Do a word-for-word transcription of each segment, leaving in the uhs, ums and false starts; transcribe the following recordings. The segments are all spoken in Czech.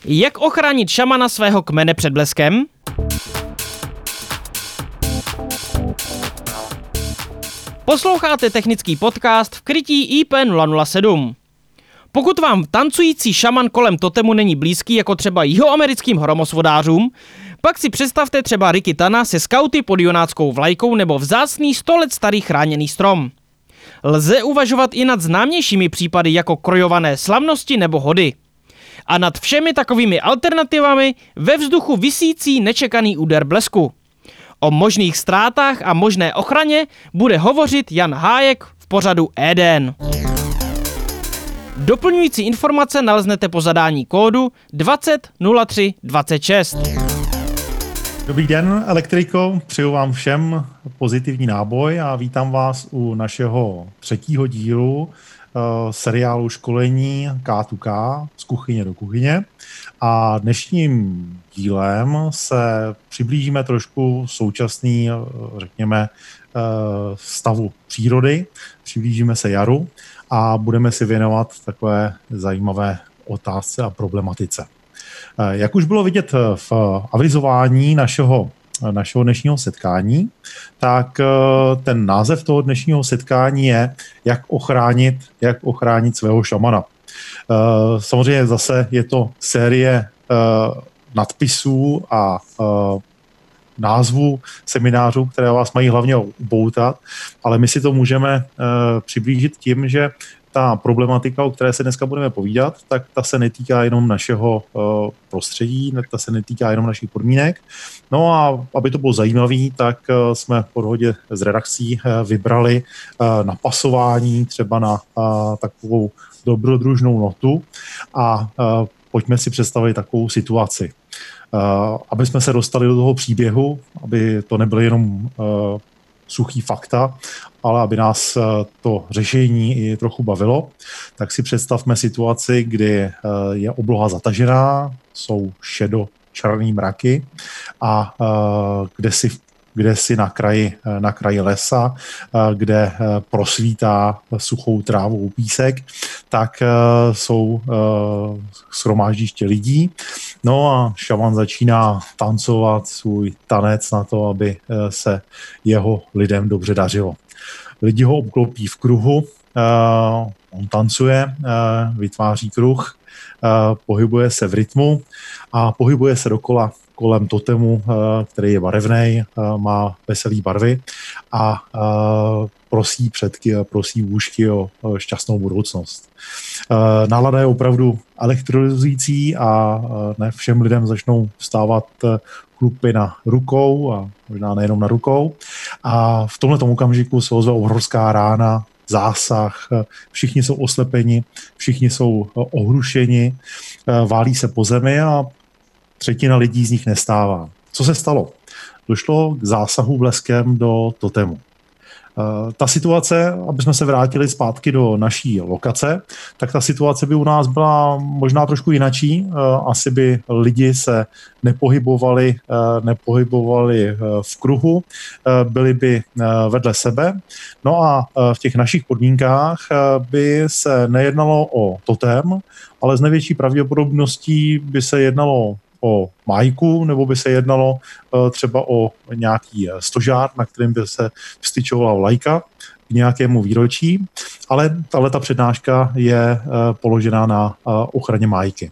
Jak ochránit šamana svého kmene před bleskem? Posloucháte technický podcast v krytí I P nula nula sedm. Pokud vám tancující šaman kolem totemu není blízký jako třeba jihoamerickým hromosvodářům, pak si představte třeba Ricky Tana se skauty pod jonáckou vlajkou nebo vzácný sto let starý chráněný strom. Lze uvažovat i nad známějšími případy jako krojované slavnosti nebo hody. A nad všemi takovými alternativami ve vzduchu visící nečekaný úder blesku. O možných ztrátách a možné ochraně bude hovořit Jan Hájek v pořadu Eden. Doplňující informace naleznete po zadání kódu dvacet nula tři dvacet šest. Dobrý den, elektriko, přeju vám všem pozitivní náboj a vítám vás u našeho třetího dílu uh, seriálu školení K dva K z kuchyně do kuchyně. A dnešním dílem se přiblížíme trošku současný, řekněme, stavu přírody, přiblížíme se jaru a budeme si věnovat takové zajímavé otázce a problematice. Jak už bylo vidět v avizování našeho, našeho dnešního setkání, tak ten název toho dnešního setkání je jak ochránit, jak ochránit svého šamana. Samozřejmě zase je to série nadpisů a názvů seminářů, které vás mají hlavně uboutat, ale my si to můžeme přiblížit tím, že ta problematika, o které se dneska budeme povídat, tak ta se netýká jenom našeho prostředí, ta se netýká jenom našich podmínek. No a aby to bylo zajímavé, tak jsme po dohodě s redakcí vybrali napasování třeba na takovou dobrodružnou notu a pojďme si představit takovou situaci. Aby jsme se dostali do toho příběhu, aby to nebyly jenom suchý fakta, ale aby nás to řešení i trochu bavilo, tak si představme situaci, kdy je obloha zatažená, jsou šedo-černý mraky a kde si, kde si na kraji, na kraji lesa, kde prosvítá suchou trávou písek, tak jsou shromáždiště lidí. No a šaman začíná tancovat svůj tanec na to, aby se jeho lidem dobře dařilo. Lidi ho obklopí v kruhu, on tancuje, vytváří kruh, pohybuje se v rytmu a pohybuje se dokola kolem totemu, který je barevný, má veselý barvy a prosí předky a prosí vůžky o šťastnou budoucnost. Nálada je opravdu elektrizující a ne všem lidem začnou vstávat chlupy na rukou a možná nejenom na rukou. A v tomto okamžiku se ozve obrovská rána, zásah, všichni jsou oslepeni, všichni jsou ohrušeni, válí se po zemi a třetina lidí z nich nestává. Co se stalo? Došlo k zásahu bleskem do totemu. Ta situace, aby jsme se vrátili zpátky do naší lokace, tak ta situace by u nás byla možná trošku jinačí. Asi by lidi se nepohybovali, nepohybovali v kruhu, byli by vedle sebe. No a v těch našich podmínkách by se nejednalo o totem, ale z největší pravděpodobností by se jednalo o májku, nebo by se jednalo uh, třeba o nějaký stožár, na kterém by se vstyčovala vlajka k nějakému výročí, ale tato přednáška je uh, položená na uh, ochraně májky.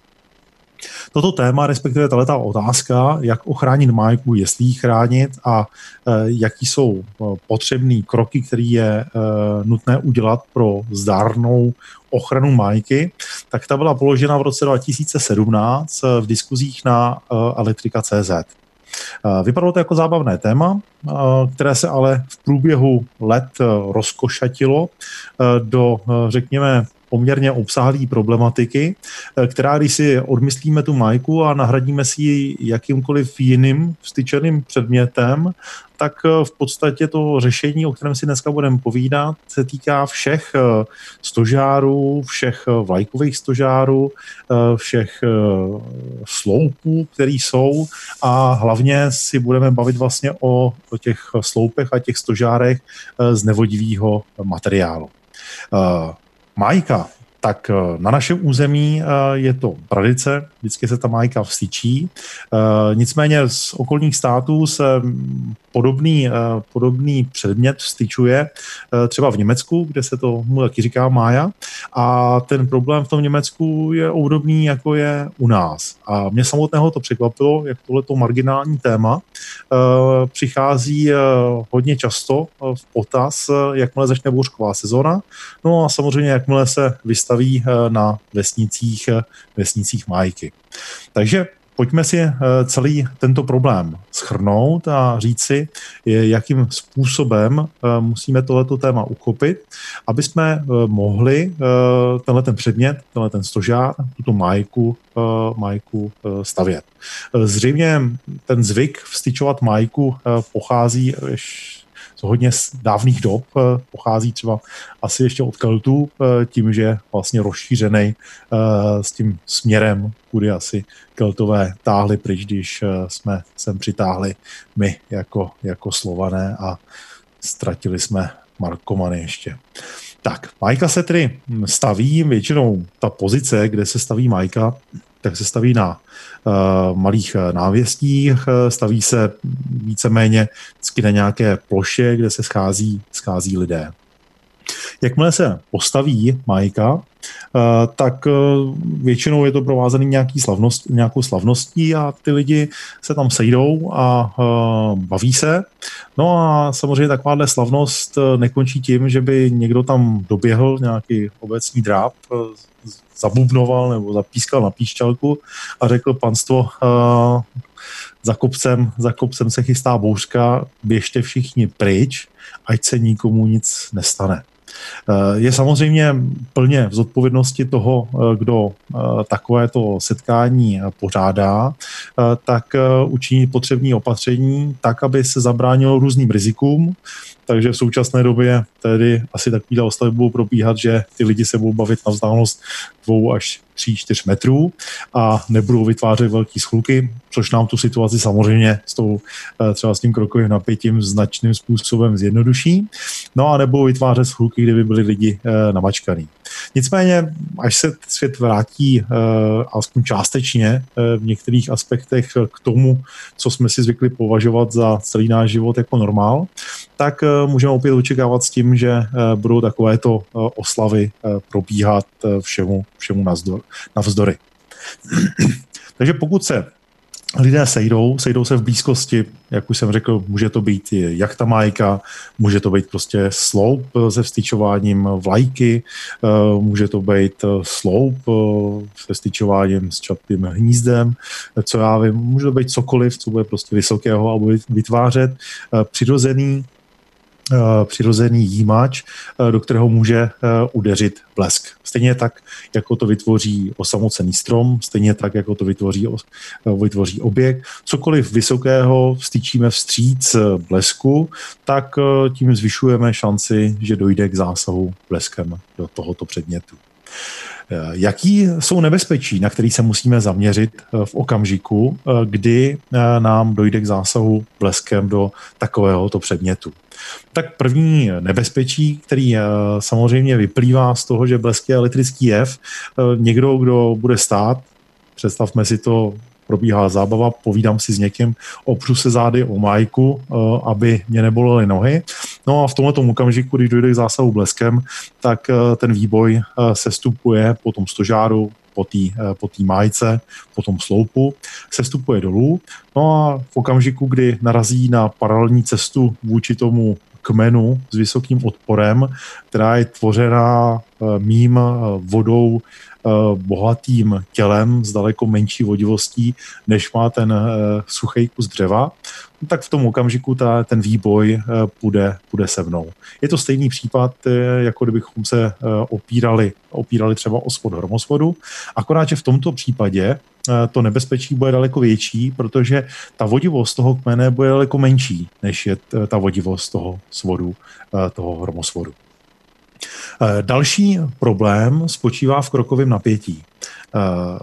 Toto téma, respektive tato otázka, jak ochránit májku, jestli ji chránit a uh, jaký jsou uh, potřebné kroky, které je uh, nutné udělat pro zdárnou ochranu májky, tak ta byla položena v roce dva tisíce sedmnáct v diskuzích na uh, elektrika tečka cé zet. Uh, vypadalo to jako zábavné téma, uh, které se ale v průběhu let uh, rozkošatilo uh, do, uh, řekněme, poměrně obsáhlý problematiky, která, když si odmyslíme tu májku a nahradíme si ji jakýmkoliv jiným vstyčeným předmětem, tak v podstatě to řešení, o kterém si dneska budeme povídat, se týká všech stožárů, všech vlajkových stožárů, všech sloupů, které jsou, a hlavně si budeme bavit vlastně o, o těch sloupech a těch stožárech z nevodivého materiálu. Májka tak na našem území je to tradice, vždycky se ta májka vstyčí. Nicméně z okolních států se podobný, podobný předmět vstyčuje třeba v Německu, kde se to mu taky říká mája. A ten problém v tom Německu je obdobný, jako je u nás. A mě samotného to překvapilo, jak tohleto marginální téma přichází hodně často v potaz, jakmile začne bouřková sezona. No a samozřejmě, jakmile se vystaví na vesnicích, vesnicích májky. Takže pojďme si celý tento problém shrnout a říct si, jakým způsobem musíme tohleto téma uchopit, aby jsme mohli tenhle ten předmět, tenhle ten stožár, tuto májku, májku stavět. Zřejmě ten zvyk vstyčovat májku pochází z hodně dávných dob, pochází třeba asi ještě od Keltů, tím, že je vlastně rozšířený s tím směrem, kudy asi Keltové táhli pryč, když jsme sem přitáhli my jako, jako Slované a ztratili jsme Markomany ještě. Tak, májka se tedy staví, většinou ta pozice, kde se staví májka, tak se staví na uh, malých návěstích, staví se víceméně vždycky na nějaké ploše, kde se schází, schází lidé. Jakmile se postaví májka, uh, tak uh, většinou je to provázaný nějaký slavnost, nějakou slavností a ty lidi se tam sejdou a uh, baví se. No a samozřejmě takováhle slavnost nekončí tím, že by někdo tam doběhl, nějaký obecní dráp, zabubnoval nebo zapískal na píšťalku a řekl: panstvo, uh, za kopcem, za kopcem se chystá bouřka, běžte všichni pryč, ať se nikomu nic nestane. Je samozřejmě plně v zodpovědnosti toho, kdo takovéto setkání pořádá, tak učiní potřební opatření tak, aby se zabránilo různým rizikům. Takže v současné době tedy asi takovýhle oslavy budou probíhat, že ty lidi se budou bavit na vzdálenost dvou až tří, čtyř metrů a nebudou vytvářet velký schluky, což nám tu situaci samozřejmě s tou, třeba s tím krokovým napětím značným způsobem zjednoduší. No a nebudou vytvářet schluky, kdyby byli lidi namačkaný. Nicméně, až se svět vrátí alespoň částečně v některých aspektech k tomu, co jsme si zvykli považovat za celý náš život jako normál, tak můžeme opět očekávat s tím, že budou takovéto oslavy probíhat všemu, všemu navzdory. Takže pokud se lidé sejdou, sejdou se v blízkosti, jak už jsem řekl, může to být jachta májka, může to být prostě sloup se vstyčováním vlajky, může to být sloup se vstyčováním s čapným hnízdem, co já vím, může to být cokoliv, co bude prostě vysokého a bude vytvářet přirozený přirozený jímač, do kterého může udeřit blesk. Stejně tak, jako to vytvoří osamocený strom, stejně tak, jako to vytvoří, vytvoří objekt. Cokoliv vysokého vstyčíme vstříc blesku, tak tím zvyšujeme šanci, že dojde k zásahu bleskem do tohoto předmětu. Jaký jsou nebezpečí, na který se musíme zaměřit v okamžiku, kdy nám dojde k zásahu bleskem do takovéhoto předmětu? Tak první nebezpečí, který samozřejmě vyplývá z toho, že blesk je elektrický jev, někdo, kdo bude stát, představme si to, probíhá zábava, povídám si s někým, opřu se zády o májku, aby mě nebolely nohy. No a v tomto okamžiku, když dojde k zásahu bleskem, tak ten výboj sestupuje po tom stožáru, po té po té májce, po tom sloupu, sestupuje dolů. No a v okamžiku, kdy narazí na paralelní cestu vůči tomu kmenu s vysokým odporem, která je tvořená mým vodou bohatým tělem s daleko menší vodivostí, než má ten suchý kus dřeva, tak v tom okamžiku ta, ten výboj půjde, půjde se mnou. Je to stejný případ, jako kdybychom se opírali, opírali třeba o svod hromosvodu, akorát, že v tomto případě to nebezpečí bude daleko větší, protože ta vodivost toho kmene bude daleko menší, než je ta vodivost toho svodu, toho hromosvodu. Další problém spočívá v krokovém napětí.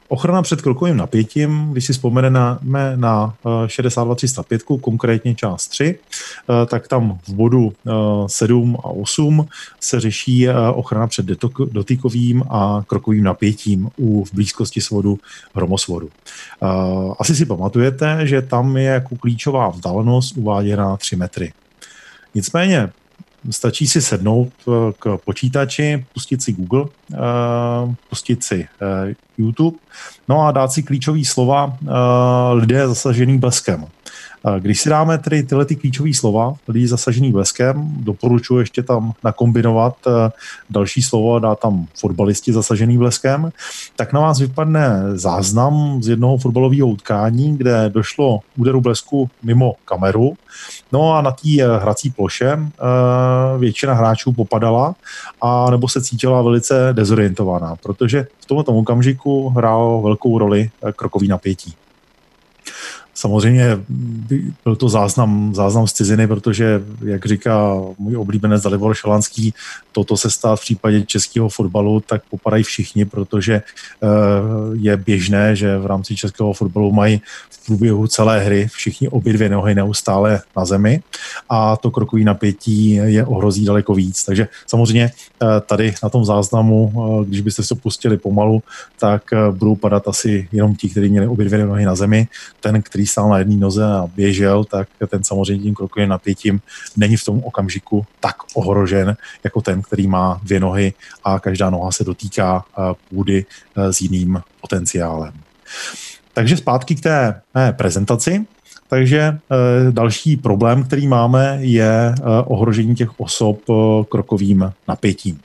Ochrana před krokovým napětím, když si vzpomeneme na šedesát dva tři sta pět, konkrétně část tři, tak tam v bodu sedm a osm se řeší ochrana před dotykovým a krokovým napětím u v blízkosti svodu hromosvodu. Asi si pamatujete, že tam je jako klíčová vzdálenost uváděna tři metry. Nicméně stačí si sednout k počítači, pustit si Google, pustit si YouTube, no a dát si klíčový slova lidé zasažený bleskem. Když si dáme tedy tyhle ty klíčové slova, lidi zasažený bleskem, doporučuji ještě tam nakombinovat další slovo, dát tam fotbalisti zasažený bleskem, tak na vás vypadne záznam z jednoho fotbalového utkání, kde došlo úderu blesku mimo kameru. No a na té hrací ploše většina hráčů popadala a nebo se cítila velice dezorientovaná, protože v tomto okamžiku hrál velkou roli krokový napětí. Samozřejmě byl to záznam, záznam z ciziny, protože, jak říká můj oblíbenec Dalibor Šalanský, toto se stát v případě českého fotbalu, tak popadají všichni, protože je běžné, že v rámci českého fotbalu mají v průběhu celé hry všichni obě dvě nohy neustále na zemi a to krokový napětí je ohrozí daleko víc. Takže samozřejmě tady na tom záznamu, když byste se pustili pomalu, tak budou padat asi jenom ti, kteří měli obě dvě nohy na zemi. Ten, který stál na jedné noze a běžel, tak ten samozřejmě tím krokovým napětím není v tom okamžiku tak ohrožen, jako ten, který má dvě nohy a každá noha se dotýká půdy s jiným potenciálem. Takže zpátky k té mé prezentaci. Takže e, další problém, který máme, je e, ohrožení těch osob e, krokovým napětím.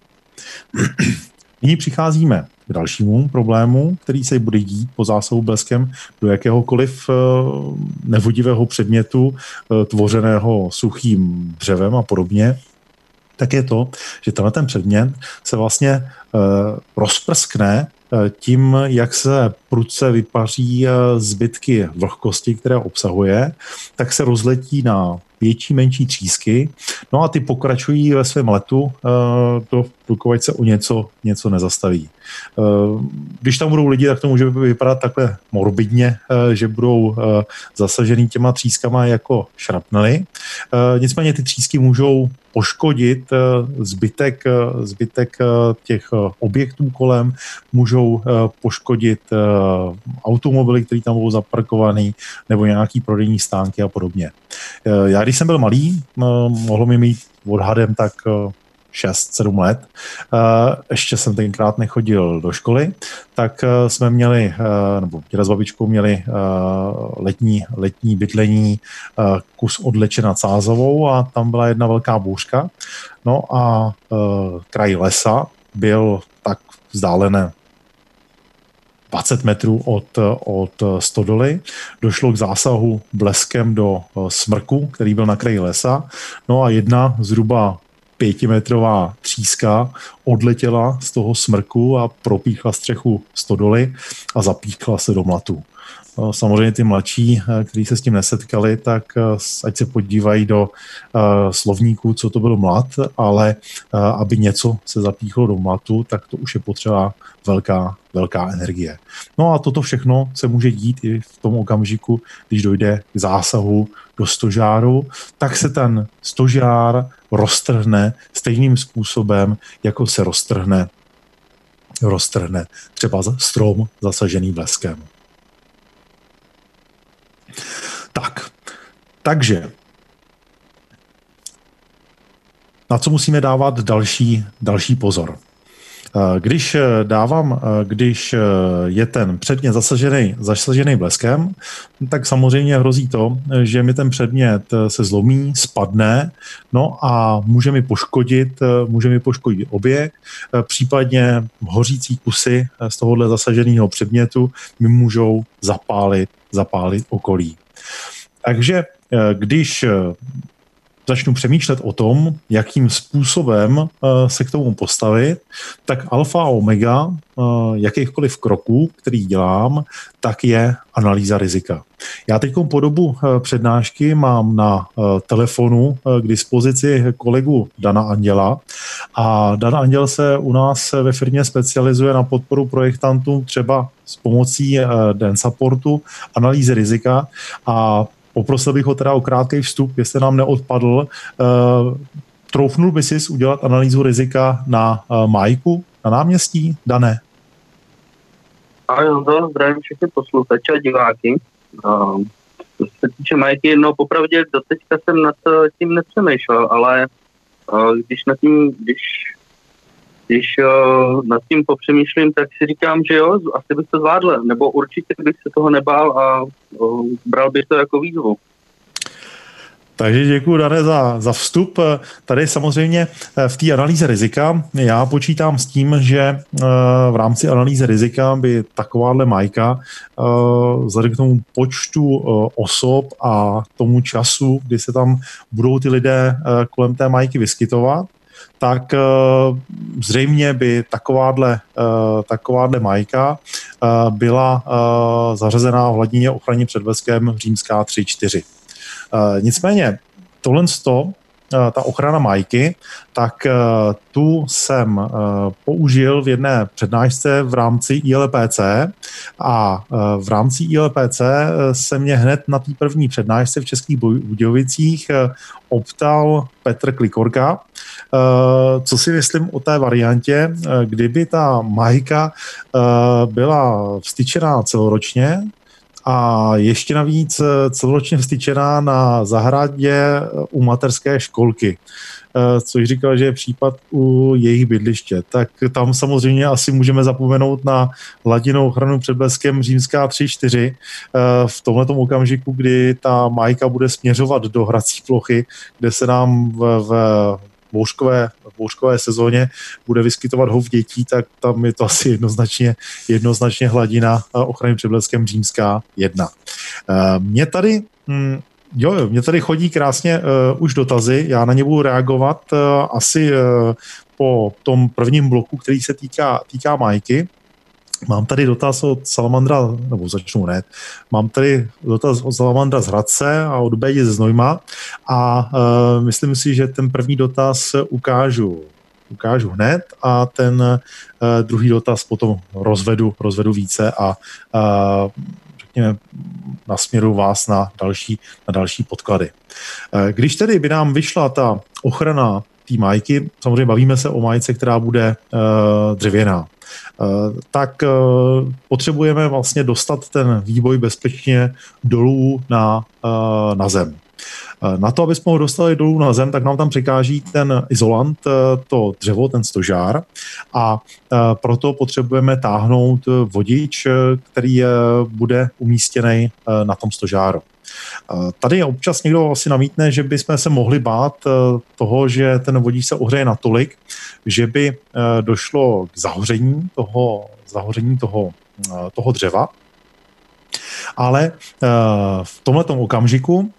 Nyní přicházíme k dalšímu problému, který se bude dít po zásahu bleskem do jakéhokoliv e, nevodivého předmětu e, tvořeného suchým dřevem a podobně. Tak je to, že tenhle ten předmět se vlastně e, rozprskne tím, jak se prudce vypaří zbytky vlhkosti, které obsahuje, tak se rozletí na větší, menší třísky. No a ty pokračují ve svém letu, dokud se o něco, něco nezastaví. Když tam budou lidi, tak to může vypadat takhle morbidně, že budou zasažený těma třískama jako šrapnely. Nicméně ty třísky můžou poškodit zbytek, zbytek těch objektů kolem, můžou poškodit automobily, které tam budou zaparkovaný, nebo nějaký prodejní stánky a podobně. Já, když jsem byl malý, mohlo mi mít odhadem tak šest sedm let, ještě jsem tenkrát nechodil do školy, tak jsme měli, nebo děda s babičkou měli letní, letní bydlení kus od Leče nad Sázavou a tam byla jedna velká bouřka. No a kraj lesa byl tak vzdálené dvacet metrů od, od stodoly. Došlo k zásahu bleskem do smrku, který byl na kraji lesa. No a jedna zhruba pětimetrová tříska odletěla z toho smrku a propíchla střechu stodoly a zapíchla se do mlatu. Samozřejmě ty mladší, kteří se s tím nesetkali, tak ať se podívají do slovníků, co to byl mlat, ale aby něco se zapíchlo do mlatu, tak to už je potřeba velká, velká energie. No a toto všechno se může dít i v tom okamžiku, když dojde k zásahu do stožáru, tak se ten stožár roztrhne stejným způsobem, jako se roztrhne, roztrhne třeba strom zasažený bleskem. Tak, takže na co musíme dávat další, další pozor? Když dávám, když je ten předmět zasažený, zasažený bleskem, tak samozřejmě hrozí to, že mi ten předmět se zlomí, spadne, no a může mi poškodit, může mi poškodit objekt, případně hořící kusy z tohohle zasaženého předmětu mi můžou zapálit, zapálit okolí. Takže když začnu přemýšlet o tom, jakým způsobem se k tomu postavit, tak alfa a omega jakýchkoliv kroků, který dělám, tak je analýza rizika. Já teď po dobu přednášky mám na telefonu k dispozici kolegu Dana Anděla a Dan Anděl se u nás ve firmě specializuje na podporu projektantů třeba s pomocí den supportu, analýzy rizika a poprosil bych ho teda o krátký vstup, jestli nám neodpadl. Troufnul by si udělat analýzu rizika na Majku, na náměstí? Dané. Ano, to zdravím všechny posluchače a diváky. Co se týče Majky, no popravdě doteďka jsem nad tím nepřemýšlel, ale když nad tím, když, když nad tím popřemýšlím, tak si říkám, že jo, asi bych to zvládl, nebo určitě bych se toho nebál a bral bych to jako výzvu. Takže děkuji, Dane, za, za vstup. Tady samozřejmě v té analýze rizika já počítám s tím, že v rámci analýzy rizika by takováhle Majka vzhledem k tomu počtu osob a tomu času, kdy se tam budou ty lidé kolem té Majky vyskytovat, tak zřejmě by takováhle, takováhle Majka byla zařazená v hladině ochraně před bleskem římská tři čtyři. Uh, nicméně, tohle sto, ta ochrana Majky, tak tu jsem použil v jedné přednášce v rámci I L P C a v rámci I L P C se mě hned na té první přednášce v Českých Budějovicích optal Petr Klikorka. Co si myslím o té variantě, kdyby ta Majka byla vstyčená celoročně, a ještě navíc celoročně vstyčená na zahradě u mateřské školky, což říkal, že je případ u jejich bydliště. Tak tam samozřejmě asi můžeme zapomenout na hladinnou ochranu před bleskem římská tři čtyři v tomhletom okamžiku, kdy ta Majka bude směřovat do hrací plochy, kde se nám v, v bouřkové, v bouřkové sezóně bude vyskytovat hov dětí, tak tam je to asi jednoznačně, jednoznačně hladina ochrany před bleskem římská jedna. Mně tady, jo, mně tady chodí krásně uh, už dotazy, já na ně budu reagovat uh, asi uh, po tom prvním bloku, který se týká, týká Majky. Mám tady dotaz od Salamandra, nebo začnu hned, mám tady dotaz od Salamandra z Hradce a od Bédi ze Znojma a uh, myslím si, že ten první dotaz ukážu, ukážu hned a ten uh, druhý dotaz potom rozvedu, rozvedu více a uh, řekněme nasměru vás na další, na další podklady. Uh, když tedy by nám vyšla ta ochrana té Majky, samozřejmě bavíme se o Majce, která bude uh, dřevěná, tak potřebujeme vlastně dostat ten výboj bezpečně dolů na, na zem. Na to, aby jsme ho dostali dolů na zem, tak nám tam překáží ten izolant, to dřevo, ten stožár a proto potřebujeme táhnout vodič, který bude umístěný na tom stožáru. Tady občas někdo asi namítne, že bychom se mohli bát toho, že ten vodík se ohřeje natolik, že by došlo k zahoření toho, zahoření toho, toho dřeva. Ale v tomhletom okamžiku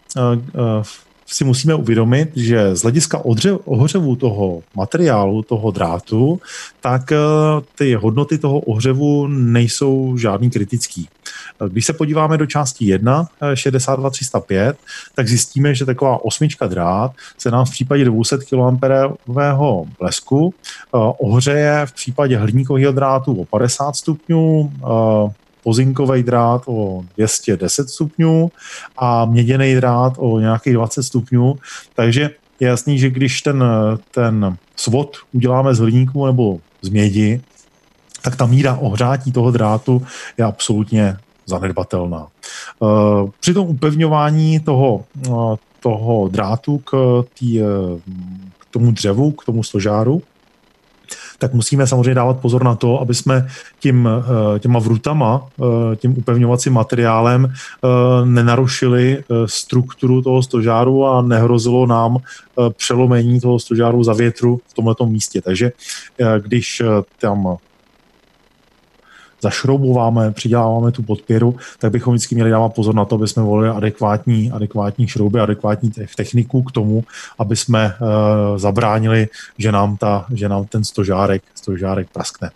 si musíme uvědomit, že z hlediska ohřevu toho materiálu, toho drátu, tak ty hodnoty toho ohřevu nejsou žádný kritický. Když se podíváme do části jedna, šedesát dva tři sta pět, tak zjistíme, že taková osmička drát se nám v případě dvě stě kiloamperového blesku ohřeje v případě hliníkového drátu o padesát stupňů, pozinkový drát o dvě stě deset stupňů a měděný drát o nějakých dvacet stupňů. Takže je jasný, že když ten, ten svod uděláme z hliníku nebo z mědi, tak ta míra ohřátí toho drátu je absolutně zanedbatelná. Při tom upevňování toho, toho drátu k, tý, k tomu dřevu, k tomu stožáru, tak musíme samozřejmě dávat pozor na to, aby jsme tím, těma vrutama, tím upevňovacím materiálem nenarušili strukturu toho stožáru a nehrozilo nám přelomení toho stožáru za větru v tomhletom místě. Takže když tam zašroubováme, přiděláváme tu podpěru, tak bychom vždycky měli dávat pozor na to, aby jsme volili adekvátní, adekvátní šrouby, adekvátní techniku k tomu, aby jsme uh, zabránili, že nám, ta, že nám ten stožárek, stožárek praskne.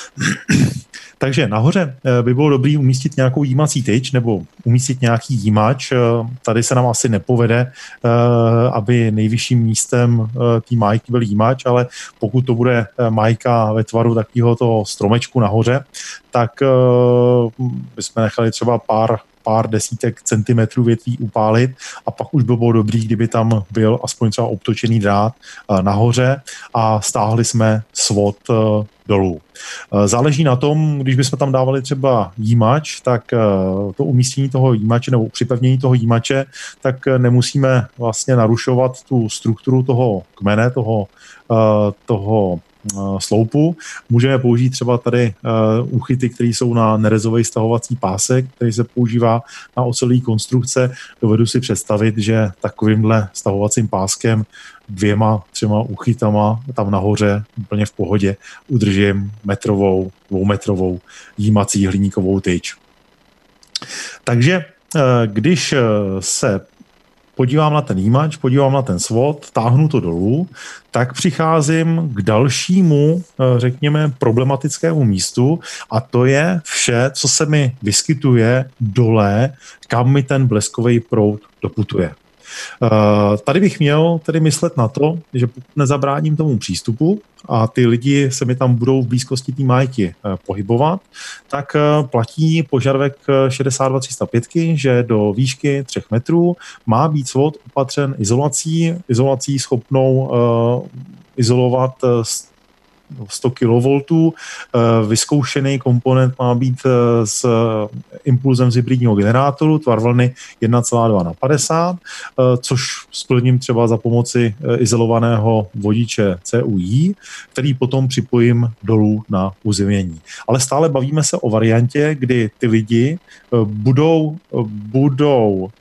Takže nahoře by bylo dobré umístit nějakou jímací tyč nebo umístit nějaký jímač. Tady se nám asi nepovede, aby nejvyšším místem té májky byl jímač, ale pokud to bude májka ve tvaru takového toho stromečku nahoře, tak bychom nechali třeba pár pár desítek centimetrů větví upálit a pak už by bylo dobrý, kdyby tam byl aspoň třeba obtočený drát nahoře a stáhli jsme svod dolů. Záleží na tom, když bychom tam dávali třeba jímač, tak to umístění toho jímače nebo připevnění toho jímače, tak nemusíme vlastně narušovat tu strukturu toho kmene, toho, toho sloupu. Můžeme použít třeba tady uh, úchyty, které jsou na nerezový stahovací pásek, který se používá na ocelové konstrukce. Dovedu si představit, že takovýmhle stahovacím páskem dvěma, třema úchytama tam nahoře úplně v pohodě udržím metrovou, dvoumetrovou jímací hliníkovou tyč. Takže uh, když se podívám na ten jímač, podívám na ten svod, táhnu to dolů, tak přicházím k dalšímu, řekněme, problematickému místu a to je vše, co se mi vyskytuje dole, kam mi ten bleskový proud doputuje. Tady bych měl tedy myslet na to, že pokud nezabráním tomu přístupu a ty lidi se mi tam budou v blízkosti té májky pohybovat, tak platí požadavek šedesát dva tři sta pět, že do výšky tři metrů má být svod opatřen izolací, izolací schopnou uh, izolovat sto kilovoltů. Vyzkoušený komponent má být s impulzem z hybridního generátoru, tvar vlny jedna celá dva na padesát, což splním třeba za pomoci izolovaného vodiče C U I, který potom připojím dolů na uzemnění. Ale stále bavíme se o variantě, kdy ty lidi budou, budou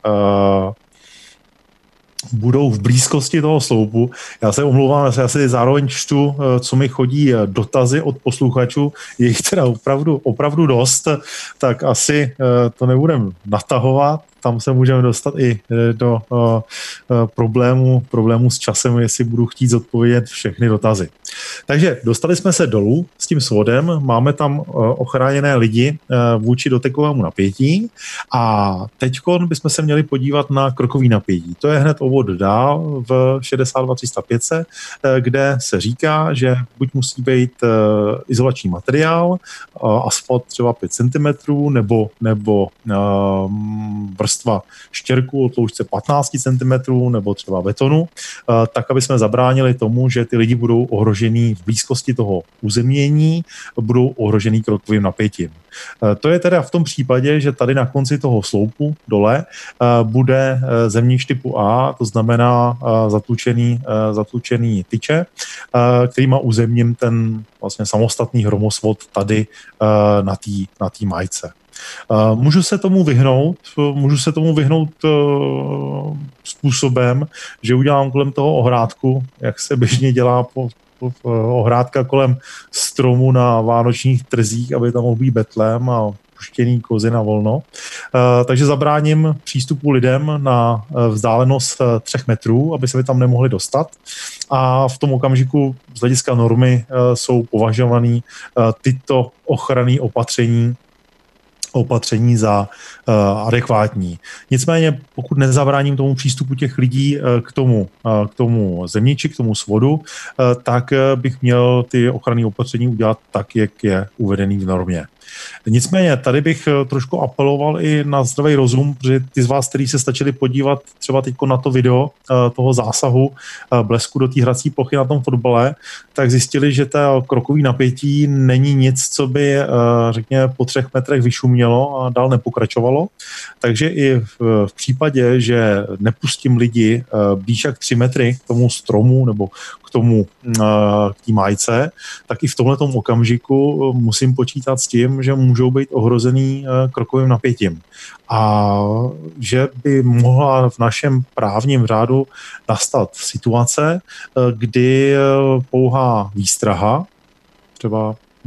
budou v blízkosti toho sloupu. Já se omlouvám, já si zároveň čtu, co mi chodí dotazy od posluchačů, je jich teda opravdu, opravdu dost, tak asi to nebudem natahovat. Tam se můžeme dostat i do uh, uh, problému, problému s časem, jestli budu chtít zodpovědět všechny dotazy. Takže dostali jsme se dolů s tím svodem, máme tam uh, ochráněné lidi uh, vůči dotekovému napětí a teďkon bychom se měli podívat na krokový napětí. To je hned o bod dál v šedesát dva tři sta pět, uh, kde se říká, že buď musí být uh, izolační materiál, uh, asfalt třeba pět centimetrů, nebo, nebo uh, vrstva štěrku o tloušťce patnáct centimetrů nebo třeba betonu, tak aby jsme zabránili tomu, že ty lidi budou ohrožený v blízkosti toho uzemnění, budou ohrožený krokovým napětím. To je teda v tom případě, že tady na konci toho sloupu dole bude zemník typu A, to znamená zatlučený, zatlučený tyče, který má uzemním ten vlastně samostatný hromosvod tady na té na té májce. Uh, můžu se tomu vyhnout, můžu se tomu vyhnout uh, způsobem, že udělám kolem toho ohrádku, jak se běžně dělá po, po, po, ohrádka kolem stromu na vánočních trzích, aby tam mohl být betlém a puštěný kozy na volno. Uh, takže zabráním přístupu lidem na vzdálenost třech metrů, aby se mi tam nemohli dostat. A v tom okamžiku z hlediska normy uh, jsou považovaný uh, tyto ochranné opatření opatření za uh, adekvátní. Nicméně, pokud nezabráním tomu přístupu těch lidí uh, k tomu, uh, k tomu zemniči, k tomu svodu, uh, tak uh, bych měl ty ochranné opatření udělat tak, jak je uvedený v normě. Nicméně, tady bych trošku apeloval i na zdravý rozum, protože ty z vás, kteří se stačili podívat třeba teď na to video toho zásahu blesku do té hrací plochy na tom fotbale, tak zjistili, že to krokový napětí není nic, co by, řekněme, po třech metrech vyšumělo a dál nepokračovalo. Takže i v, v případě, že nepustím lidi blíž jak tři metry k tomu stromu nebo k tomu, k té májce, tak i v tomhletom okamžiku musím počítat s tím, že můžou být ohrozený krokovým napětím. A že by mohla v našem právním řádu nastat situace, kdy pouhá výstraha, třeba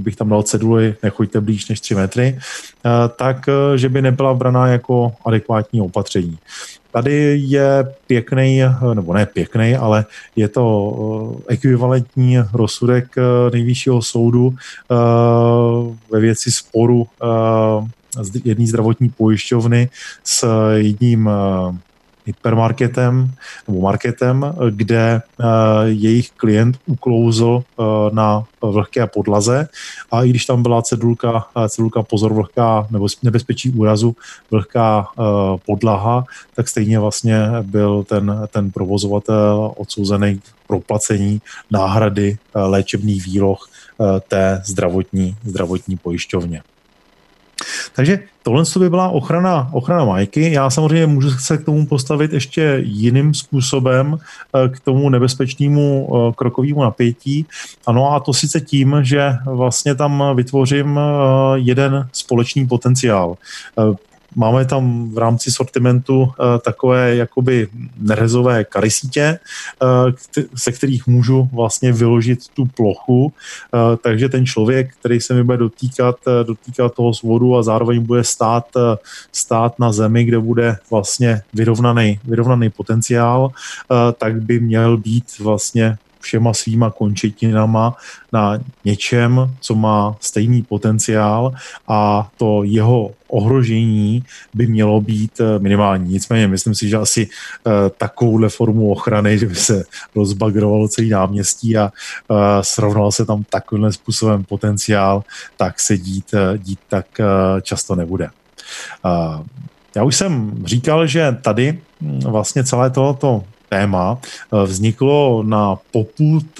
kdybych tam dal ceduly, nechoďte blíž než tři metry, tak že by nebyla braná jako adekvátní opatření. Tady je pěkný, nebo ne pěkný, ale je to ekvivalentní rozsudek Nejvyššího soudu ve věci sporu jedné zdravotní pojišťovny s jedním hypermarketem nebo marketem, kde uh, jejich klient uklouzl uh, na vlhké podlaze a i když tam byla cedulka, cedulka pozor vlhká nebo nebezpečí úrazu, vlhká uh, podlaha, tak stejně vlastně byl ten, ten provozovatel odsouzený k proplacení náhrady uh, léčebných výloh uh, té zdravotní, zdravotní pojišťovně. Takže tohle by byla ochrana, ochrana Majky. Já samozřejmě můžu se k tomu postavit ještě jiným způsobem k tomu nebezpečnému krokovému napětí. Ano, a to sice tím, že vlastně tam vytvořím jeden společný potenciál. Máme tam v rámci sortimentu uh, takové jakoby nerezové karysítě, uh, se kterých můžu vlastně vyložit tu plochu, uh, takže ten člověk, který se mi bude dotýkat, uh, dotýkat toho svodu a zároveň bude stát, uh, stát na zemi, kde bude vlastně vyrovnaný, vyrovnaný potenciál, uh, tak by měl být vlastně všema svýma končetinama na něčem, co má stejný potenciál a to jeho ohrožení by mělo být minimální. Nicméně myslím si, že asi uh, takovouhle formu ochrany, že by se rozbagrovalo celý náměstí a uh, srovnal se tam takovým způsobem potenciál, tak se dít, dít tak uh, často nebude. Uh, já už jsem říkal, že tady vlastně celé tohoto téma vzniklo na popud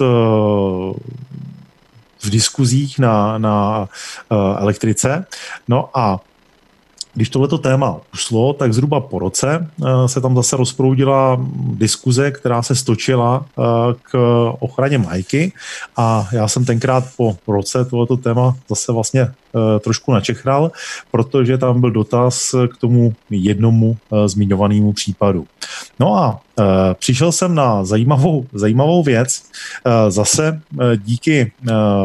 v diskuzích na, na elektrice. No a když tohleto téma ušlo, tak zhruba po roce se tam zase rozproudila diskuze, která se stočila k ochraně Majky a já jsem tenkrát po roce tohleto téma zase vlastně trošku načechral, protože tam byl dotaz k tomu jednomu zmiňovanému případu. No a přišel jsem na zajímavou, zajímavou věc. Zase díky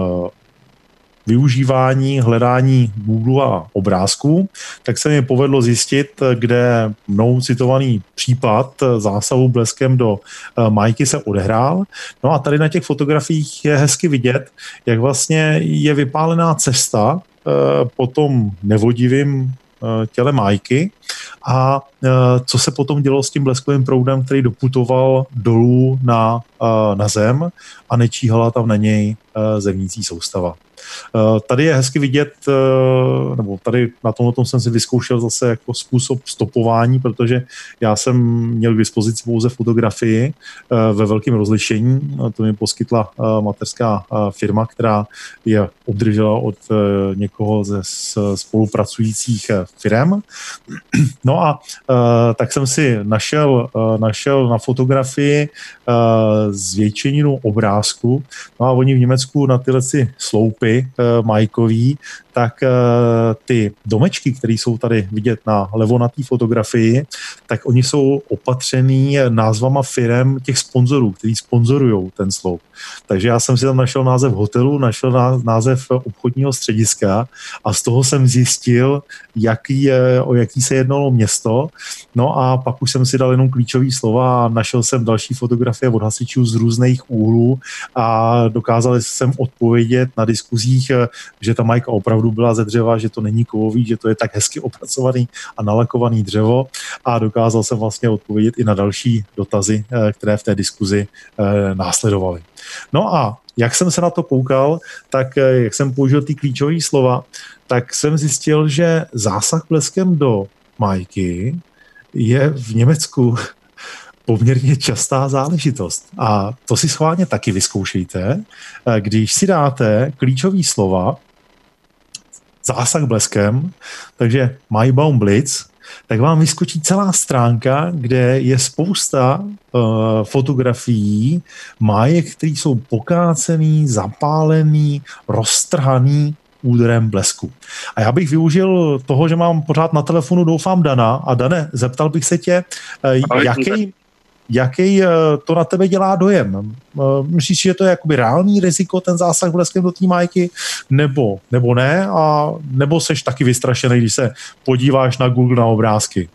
využívání, hledání Google a obrázků, tak se mi povedlo zjistit, kde mnou citovaný případ zásahu bleskem do Majky se odehrál. No a tady na těch fotografiích je hezky vidět, jak vlastně je vypálená cesta po tom nevodivým těle Majky a co se potom dělo s tím bleskovým proudem, který doputoval dolů na, na zem a nečíhala tam na něj zevnící soustava. Tady je hezky vidět, nebo tady na tomhle tom jsem si vyzkoušel zase jako způsob stopování, protože já jsem měl k dispozici pouze fotografii ve velkém rozlišení. To mi poskytla mateřská firma, která je obdržela od někoho ze spolupracujících firem. No a tak jsem si našel, našel na fotografii zvětšeninu obrázku. No a oni v Německu na tyhle sloupy Majkový, tak ty domečky, které jsou tady vidět na levo na té fotografii, tak oni jsou opatřený názvama firem těch sponzorů, kteří sponzorují ten sloup. Takže já jsem si tam našel název hotelu, našel název obchodního střediska a z toho jsem zjistil, jaký, o jaký se jednalo město. No a pak už jsem si dal jenom klíčové slova a našel jsem další fotografie od hasičů z různých úhlů a dokázal jsem odpovědět na diskuzích, že ta Majka opravdu byla ze dřeva, že to není kovový, že to je tak hezky opracovaný a nalakovaný dřevo a dokázal jsem vlastně odpovědět i na další dotazy, které v té diskuzi následovaly. No a jak jsem se na to koukal, tak jak jsem použil ty klíčové slova, tak jsem zjistil, že zásah bleskem do Majky je v Německu poměrně častá záležitost. A to si schválně taky vyzkoušejte, když si dáte klíčové slova zásah bleskem, takže Maibaum Blitz, tak vám vyskočí celá stránka, kde je spousta uh, fotografií Majek, které jsou pokácený, zapálený, roztrhaný úderem blesku. A já bych využil toho, že mám pořád na telefonu, doufám, Dana. A Dane, zeptal bych se tě, uh, jaký... jaký to na tebe dělá dojem? Myslíš, že to je jakoby reálný riziko, ten zásah bleskem do té majky, nebo, nebo ne? A nebo seš taky vystrašený, když se podíváš na Google na obrázky?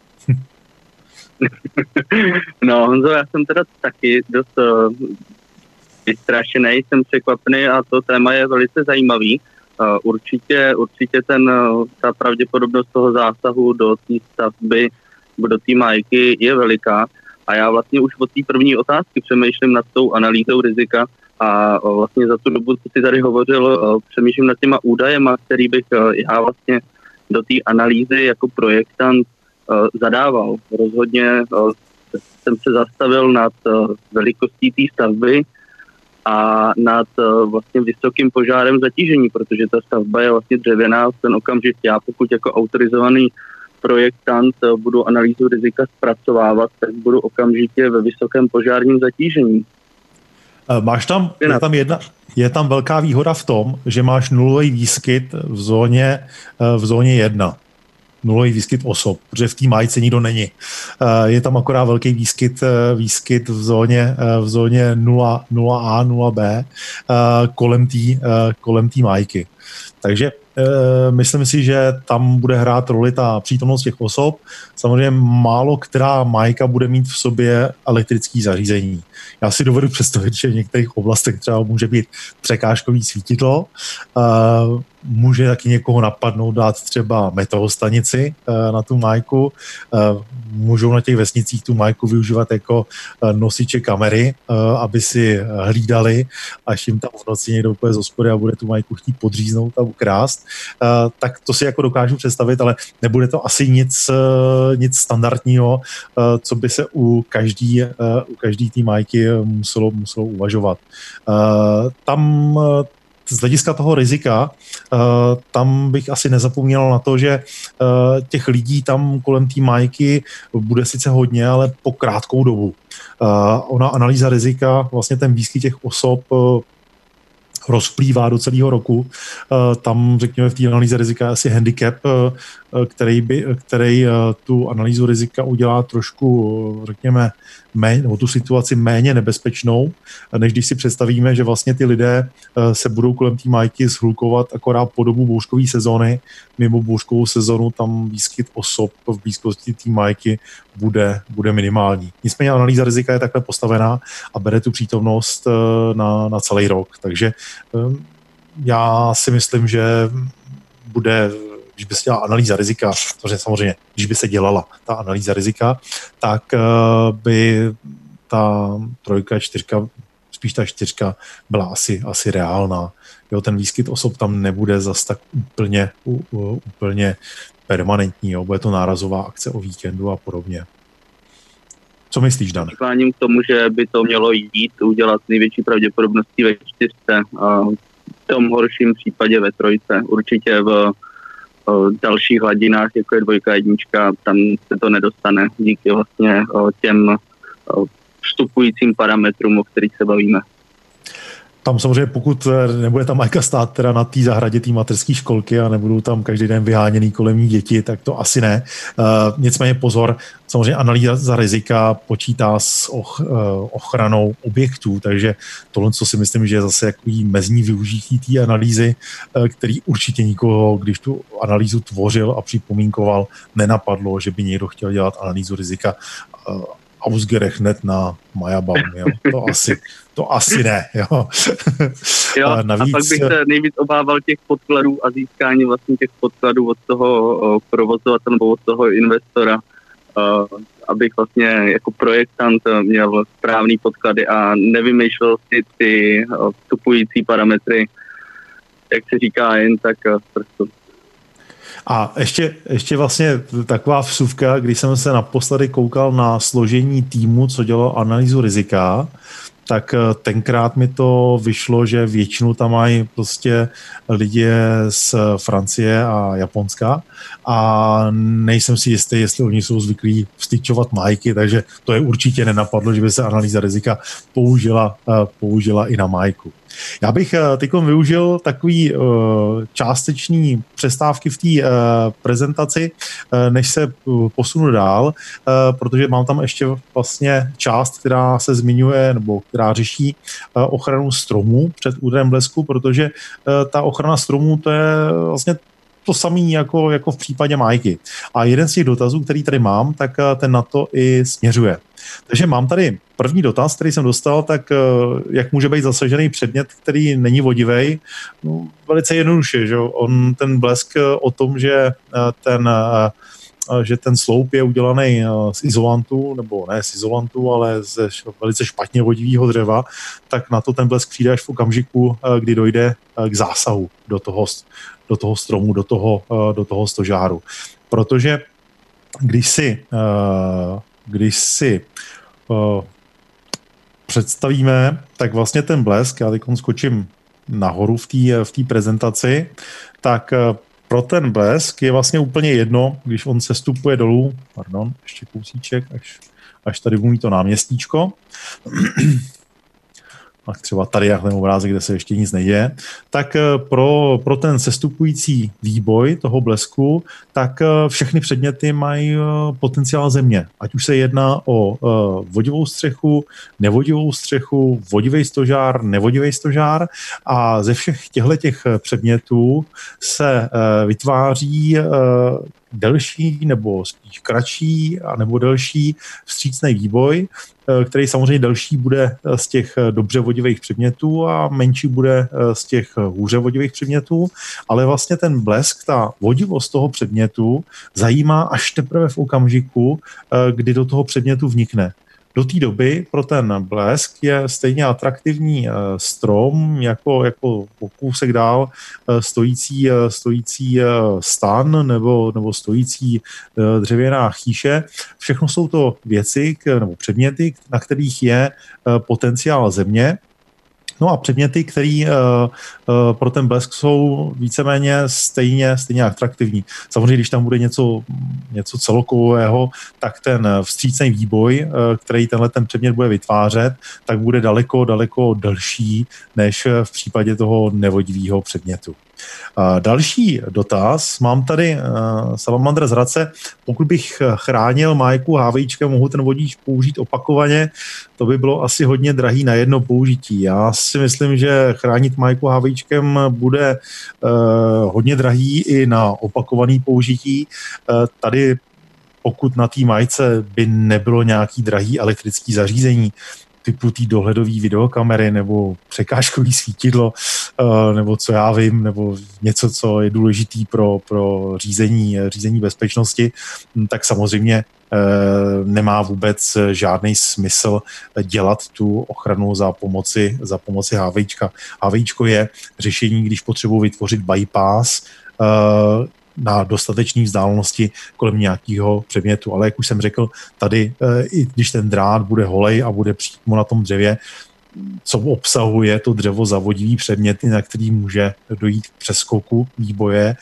No, Honzo, já jsem teda taky dost uh, vystrašený, jsem překvapený a to téma je velice zajímavý. Uh, určitě, určitě ten, uh, ta pravděpodobnost toho zásahu do té stavby, do té majky je veliká a já vlastně už od té první otázky přemýšlím nad tou analýzou rizika a uh, vlastně za tu dobu, co jsi tady hovořil, uh, přemýšlím nad těma údajema, který bych uh, já vlastně do té analýzy jako projektant uh, zadával. Rozhodně uh, jsem se zastavil nad uh, velikostí té stavby a nad uh, vlastně vysokým požárem zatížení, protože ta stavba je vlastně dřevěná v ten okamžik. Já pokud jako autorizovaný projektant uh, budu analýzu rizika zpracovávat, tak budu okamžitě ve vysokém požárním zatížení. Máš tam, je tam jedna, je tam velká výhoda v tom, že máš nulový výskyt v zóně, v zóně jedna. Nulový výskyt osob, protože v té majce nikdo není. Je tam akorát velký výskyt, výskyt v zóně, v zóně nula A, nula B kolem té kolem té majky. Takže myslím si, že tam bude hrát roli ta přítomnost těch osob. Samozřejmě málo která majka bude mít v sobě elektrické zařízení. Já si dovedu představit, že v některých oblastech třeba může být překážkový svítidlo, může taky někoho napadnout dát třeba meteostanici na tu majku, můžou na těch vesnicích tu majku využívat jako nosiče kamery, aby si hlídali, až jim tam v noci někdo úplně z hospody a bude tu majku chtít podříznout a ukrást. Tak to si jako dokážu představit, ale nebude to asi nic, nic standardního, co by se u každý, u každý té majky muselo, muselo uvažovat. Tam z hlediska toho rizika, tam bych asi nezapomněl na to, že těch lidí tam kolem té majky bude sice hodně, ale po krátkou dobu. Ona analýza rizika, vlastně ten výskyt těch osob rozplývá do celého roku. Tam, řekněme, v té analýze rizika je asi handicap, který, by, který tu analýzu rizika udělá trošku, řekněme, méně, nebo tu situaci méně nebezpečnou, než když si představíme, že vlastně ty lidé se budou kolem té majky shlukovat akorát po dobu bouřkové sezóny. Mimo bouřkovou sezonu tam výskyt osob v blízkosti té majky bude, bude minimální. Nicméně analýza rizika je takhle postavená a bere tu přítomnost na, na celý rok. Takže já si myslím, že bude, když by se dělala analýza rizika, protože samozřejmě, když by se dělala ta analýza rizika, tak by ta trojka, čtyřka, spíš ta čtyřka byla asi, asi reálná. Jo, ten výskyt osob tam nebude zas tak úplně, úplně permanentní. Jo. Bude to nárazová akce o víkendu a podobně. Co myslíš, Dan? Kláním k tomu, že by to mělo jít udělat největší pravděpodobností ve čtyřce a v tom horším případě ve trojce. Určitě v dalších hladinách, jako je dvojka, jednička, tam se to nedostane díky vlastně těm vstupujícím parametrům, o kterých se bavíme. Tam samozřejmě, pokud nebude ta majka stát teda na té zahradě té mateřské školky a nebudou tam každý den vyháněný kolem ní děti, tak to asi ne. Uh, nicméně pozor, samozřejmě analýza rizika počítá s och, uh, ochranou objektů, takže tohle, co si myslím, že je zase jaký mezní využití té analýzy, uh, který určitě nikoho, když tu analýzu tvořil a připomínkoval, nenapadlo, že by někdo chtěl dělat analýzu rizika uh, ausgerechnet na Mayabaum, jo. To asi, to asi ne, jo. Jo, navíc, a pak bych se nejvíc obával těch podkladů a získání vlastně těch podkladů od toho provozovatele nebo od toho investora, abych vlastně jako projektant měl správný podklady a nevymýšlel si ty vstupující parametry, jak se říká, jen tak prostě. A ještě, ještě vlastně taková vsuvka, když jsem se naposledy koukal na složení týmu, co dělalo analýzu rizika, tak tenkrát mi to vyšlo, že většinu tam mají prostě lidi z Francie a Japonska a nejsem si jistý, jestli oni jsou zvyklí vstyčovat majky, takže to je určitě nenapadlo, že by se analýza rizika použila, použila i na majku. Já bych teď využil takový uh, částečný přestávky v té uh, prezentaci, uh, než se uh, posunu dál, uh, protože mám tam ještě vlastně část, která se zmiňuje nebo která řeší uh, ochranu stromů před úderem blesku, protože uh, ta ochrana stromů to je vlastně to samé jako, jako v případě Majky. A jeden z těch dotazů, který tady mám, tak uh, ten na to i směřuje. Takže mám tady první dotaz, který jsem dostal, tak jak může být zasažený předmět, který není vodivej? No, velice jednoduše, že on ten blesk o tom, že ten, že ten sloup je udělaný z izolantu, nebo ne z izolantu, ale ze velice špatně vodivého dřeva, tak na to ten blesk přijde až v okamžiku, kdy dojde k zásahu do toho, do toho stromu, do toho, do toho stožáru. Protože když si když si uh, představíme, tak vlastně ten blesk, já teď skočím nahoru v té v té prezentaci, tak uh, pro ten blesk je vlastně úplně jedno, když on se stupuje dolů, pardon, ještě kousíček, až, až tady umí to náměstíčko, a třeba tady jak ten obrázek, kde se ještě nic neděje, tak pro, pro ten sestupující výboj toho blesku, tak všechny předměty mají potenciál země. Ať už se jedná o vodivou střechu, nevodivou střechu, vodivý stožár, nevodivý stožár a ze všech těchto těch předmětů se vytváří delší nebo spíš kratší a nebo delší vstřícný výboj, který samozřejmě delší bude z těch dobře vodivých předmětů a menší bude z těch hůře vodivých předmětů, ale vlastně ten blesk, ta vodivost toho předmětu zajímá až teprve v okamžiku, kdy do toho předmětu vnikne. Do té doby pro ten blesk je stejně atraktivní strom, jako, jako kousek dál stojící, stojící stan nebo, nebo stojící dřevěná chýše. Všechno jsou to věci nebo předměty, na kterých je potenciál země. No a předměty, které uh, uh, pro ten blesk jsou víceméně stejně, stejně atraktivní. Samozřejmě, když tam bude něco, něco celokového, tak ten vstřícný výboj, uh, který tenhle ten předmět bude vytvářet, tak bude daleko, daleko delší, než v případě toho nevodivého předmětu. Uh, další dotaz. Mám tady uh, Salamandra z Hradce. Pokud bych chránil Majku hávějíčkem, mohu ten vodič použít opakovaně. To by bylo asi hodně drahý na jedno použití. Já si myslím, že chránit Majku hávějíčkem bude uh, hodně drahý i na opakovaný použití. Uh, tady pokud na té Majce by nebylo nějaký drahý elektrický zařízení, typu té dohledové videokamery nebo překážkový svítidlo, nebo co já vím, nebo něco, co je důležitý pro, pro řízení, řízení bezpečnosti, tak samozřejmě nemá vůbec žádný smysl dělat tu ochranu za pomoci, za pomoci hávějíčka. Hávějíčko je řešení, když potřebuji vytvořit bypass na dostatečné vzdálenosti kolem nějakého předmětu. Ale jak už jsem řekl, tady, i když ten drát bude holej a bude přímo na tom dřevě, co obsahuje to dřevo za vodivý předměty, na který může dojít k přeskoku výboje,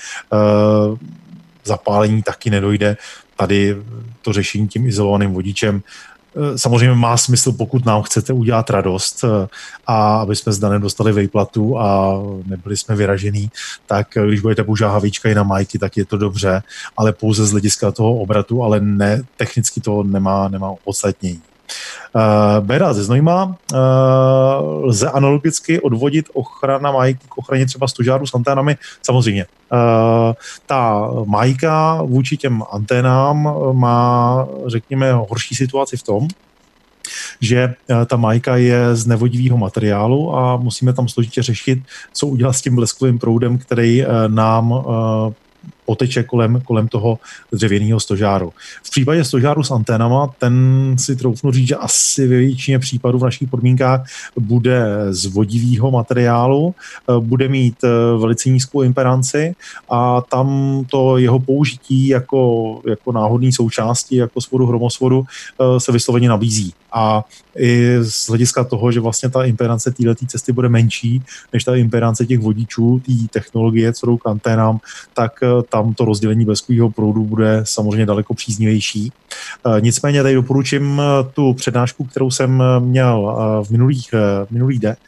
zapálení taky nedojde. Tady to řešení tím izolovaným vodičem samozřejmě má smysl, pokud nám chcete udělat radost a aby jsme zda nedostali vejplatu a nebyli jsme vyražený, tak když budete používat hávějíčka i na Majky, tak je to dobře, ale pouze z hlediska toho obratu, ale ne, technicky to nemá, nemá opodstatnění. Uh, Béra ze Znojma, uh, lze analogicky odvodit ochrana Majky k ochraně třeba stožáru s anténami? Samozřejmě. Uh, ta Majka vůči těm anténám má, řekněme, horší situaci v tom, že ta Majka je z nevodivého materiálu a musíme tam složitě řešit, co udělat s tím bleskovým proudem, který nám uh, poteče kolem, kolem toho dřevěného stožáru. V případě stožáru s anténama, ten si troufnu říct, že asi ve většině případů v našich podmínkách bude z vodivého materiálu, bude mít velice nízkou impedanci a tam to jeho použití jako, jako náhodný součástí, jako svodu hromosvodu, se vysloveně nabízí. A i z hlediska toho, že vlastně ta impedance této cesty bude menší než ta impedance těch vodičů, té technologie, co jdou k anténám, tak tam to rozdělení bleskového proudu bude samozřejmě daleko příznivější. Nicméně tady doporučím tu přednášku, kterou jsem měl v minulých, minulých, de,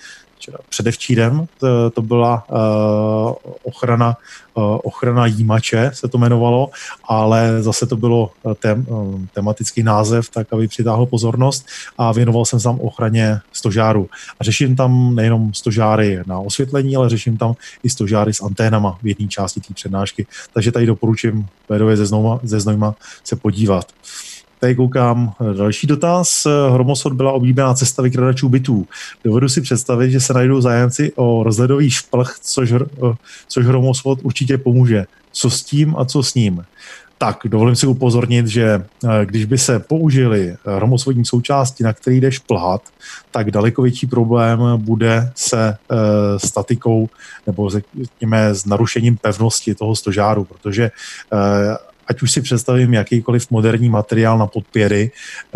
předevčírem, to, to byla uh, ochrana, uh, ochrana jímače, se to jmenovalo, ale zase to bylo tém, tematický název, tak aby přitáhl pozornost a věnoval jsem se tam ochraně stožáru. A řeším tam nejenom stožáry na osvětlení, ale řeším tam i stožáry s anténama v jedné části té přednášky. Takže tady doporučím Védově ze Znojma, ze Znojma se podívat. Tady koukám další dotaz. Hromosvod byla oblíbená cesta vykradačů bytů. Dovedu si představit, že se najdou zájemci o rozhledový šplh, což, což Hromosvod určitě pomůže. Co s tím a co s ním? Tak, dovolím si upozornit, že když by se použili hromosvodní součásti, na který jdeš plhat, tak daleko větší problém bude se e, statikou nebo řekněme s narušením pevnosti toho stožáru, protože e, ať už si představím jakýkoliv moderní materiál na podpěry, e,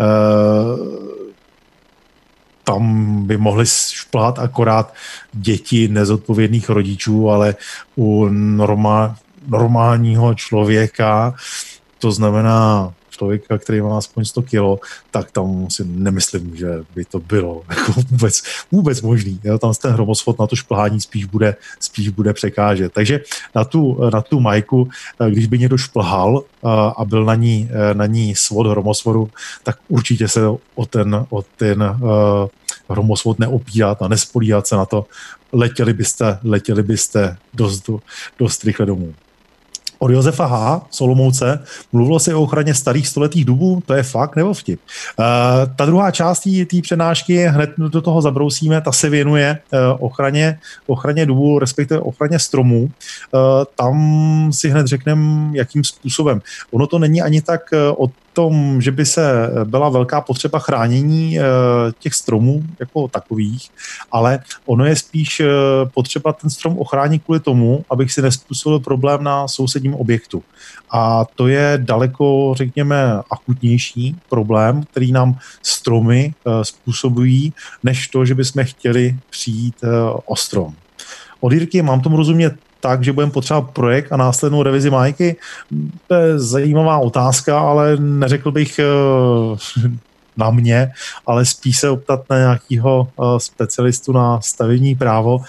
tam by mohli šplhat akorát děti nezodpovědných rodičů, ale u normál, normálního člověka, to znamená člověka, který má aspoň sto kilo, tak tam si nemyslím, že by to bylo jako vůbec, vůbec možný. Jo? Tam ten hromosvod na to šplhání spíš bude, spíš bude překážet. Takže na tu, na tu majku, když by někdo šplhal a byl na ní, na ní svod hromosvodu, tak určitě se o ten, o ten uh, hromosvod neopírat a nespolíhat se na to. Letěli byste, letěli byste dost, dost rychle domů. Od Josefa H. Solomouce mluvilo se o ochraně starých stoletých dubů, to je fakt nebo vtip. Uh, ta druhá část té přednášky, hned do toho zabrousíme, ta se věnuje uh, ochraně, ochraně dubů, respektive ochraně stromů. Uh, tam si hned řekneme, jakým způsobem. Ono to není ani tak uh, o tom, že by se byla velká potřeba chránění těch stromů jako takových, ale ono je spíš potřeba ten strom ochránit kvůli tomu, abych si nezpůsobil problém na sousedním objektu. A to je daleko, řekněme, akutnější problém, který nám stromy způsobují, než to, že bychom chtěli přijít o strom. Od Jirky mám tomu rozumět tak, že budeme potřebovat projekt a následnou revizi májky? To je zajímavá otázka, ale neřekl bych na mě, ale spíš se optat na nějakého specialistu na stavební právo.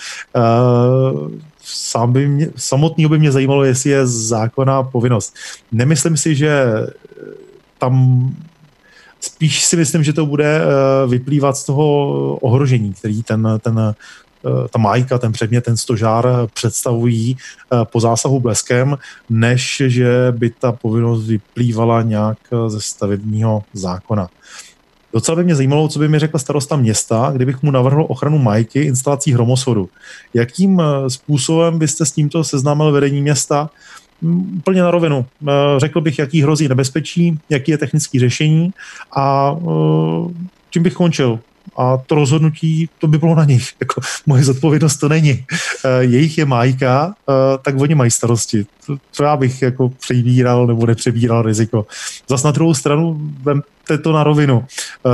Sám by mě, samotného by mě zajímalo, jestli je zákonná povinnost. Nemyslím si, že tam spíš si myslím, že to bude vyplývat z toho ohrožení, který ten, ten ta májka, ten předmět, ten stožár představují po zásahu bleskem, než že by ta povinnost vyplývala nějak ze stavebního zákona. Docela by mě zajímalo, co by mi řekl starosta města, kdybych mu navrhl ochranu májky instalací hromosvodu. Jakým způsobem byste s tímto seznámil vedení města? Úplně na rovinu. Řekl bych, jaký hrozí nebezpečí, jaký je technický řešení a čím bych končil. A to rozhodnutí, to by bylo na nich. Jako, moje zodpovědnost to není. E, jejich je májka, e, tak oni mají starosti. To, to já bych jako přebíral nebo nepřebíral riziko. Zas na druhou stranu vemte to na rovinu. E,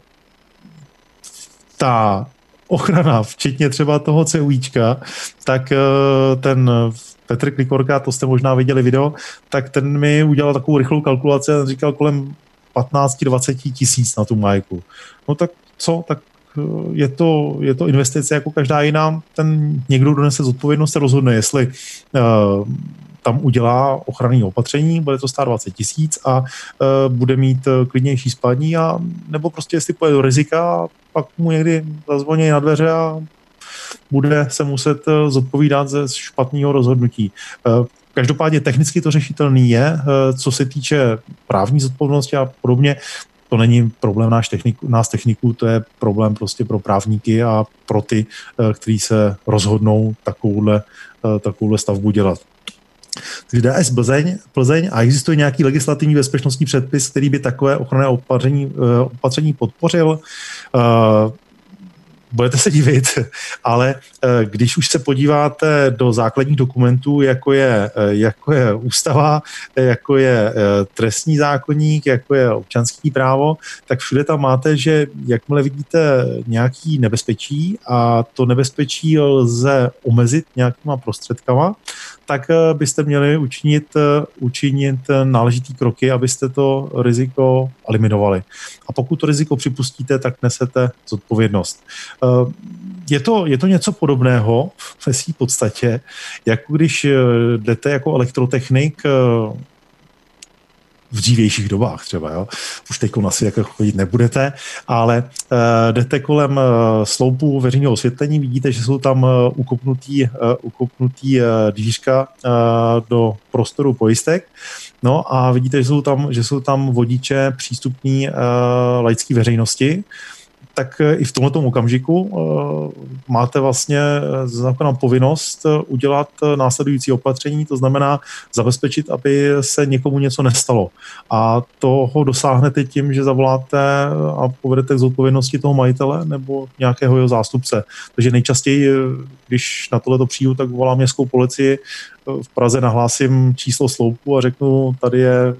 ta ochrana, včetně třeba toho CUIčka, tak e, ten Petr Klikorka, to jste možná viděli video, tak ten mi udělal takovou rychlou kalkulaci a říkal kolem patnáct dvacet tisíc na tu májku. No tak co, tak je to, je to investice jako každá jiná. Ten někdo donese zodpovědnost, se rozhodne, jestli uh, tam udělá ochranné opatření, bude to stát dvacet tisíc a uh, bude mít uh, klidnější spání, a nebo prostě jestli pojede do rizika, pak mu někdy zazvoní na dveře a bude se muset uh, zodpovídat ze špatného rozhodnutí. Uh, Každopádně technicky to řešitelný je, co se týče právní zodpovědnosti a podobně. To není problém náš techniku, nás techniků, to je problém prostě pro právníky a pro ty, kteří se rozhodnou takovouhle, takovouhle stavbu dělat. Takže D S Plzeň, Plzeň a existuje nějaký legislativní bezpečnostní předpis, který by takové ochranné opatření, opatření podpořil? Budete se divit, ale když už se podíváte do základních dokumentů, jako je, jako je ústava, jako je trestní zákoník, jako je občanský právo, tak všude tam máte, že jakmile vidíte nějaký nebezpečí a to nebezpečí lze omezit nějakýma prostředkama, tak byste měli učinit, učinit náležitý kroky, abyste to riziko eliminovali. A pokud to riziko připustíte, tak nesete zodpovědnost. Je to, je to něco podobného ve své podstatě, jako když jdete jako elektrotechnik v dřívějších dobách třeba, jo. Už teď asi jako chodit nebudete, ale uh, jdete kolem uh, sloupů veřejného osvětlení, vidíte, že jsou tam uh, ukopnutý, uh, ukopnutý uh, dvířka uh, do prostoru pojistek, no a vidíte, že jsou tam, že jsou tam vodiče přístupní uh, laické veřejnosti, tak i v tomto okamžiku uh, máte vlastně zákonná povinnost udělat následující opatření, to znamená zabezpečit, aby se někomu něco nestalo. A toho dosáhnete tím, že zavoláte a povedete k zodpovědnosti toho majitele nebo nějakého jeho zástupce. Takže nejčastěji, když na tohleto přijdu, tak volám městskou policii, v Praze nahlásím číslo sloupu a řeknu, tady je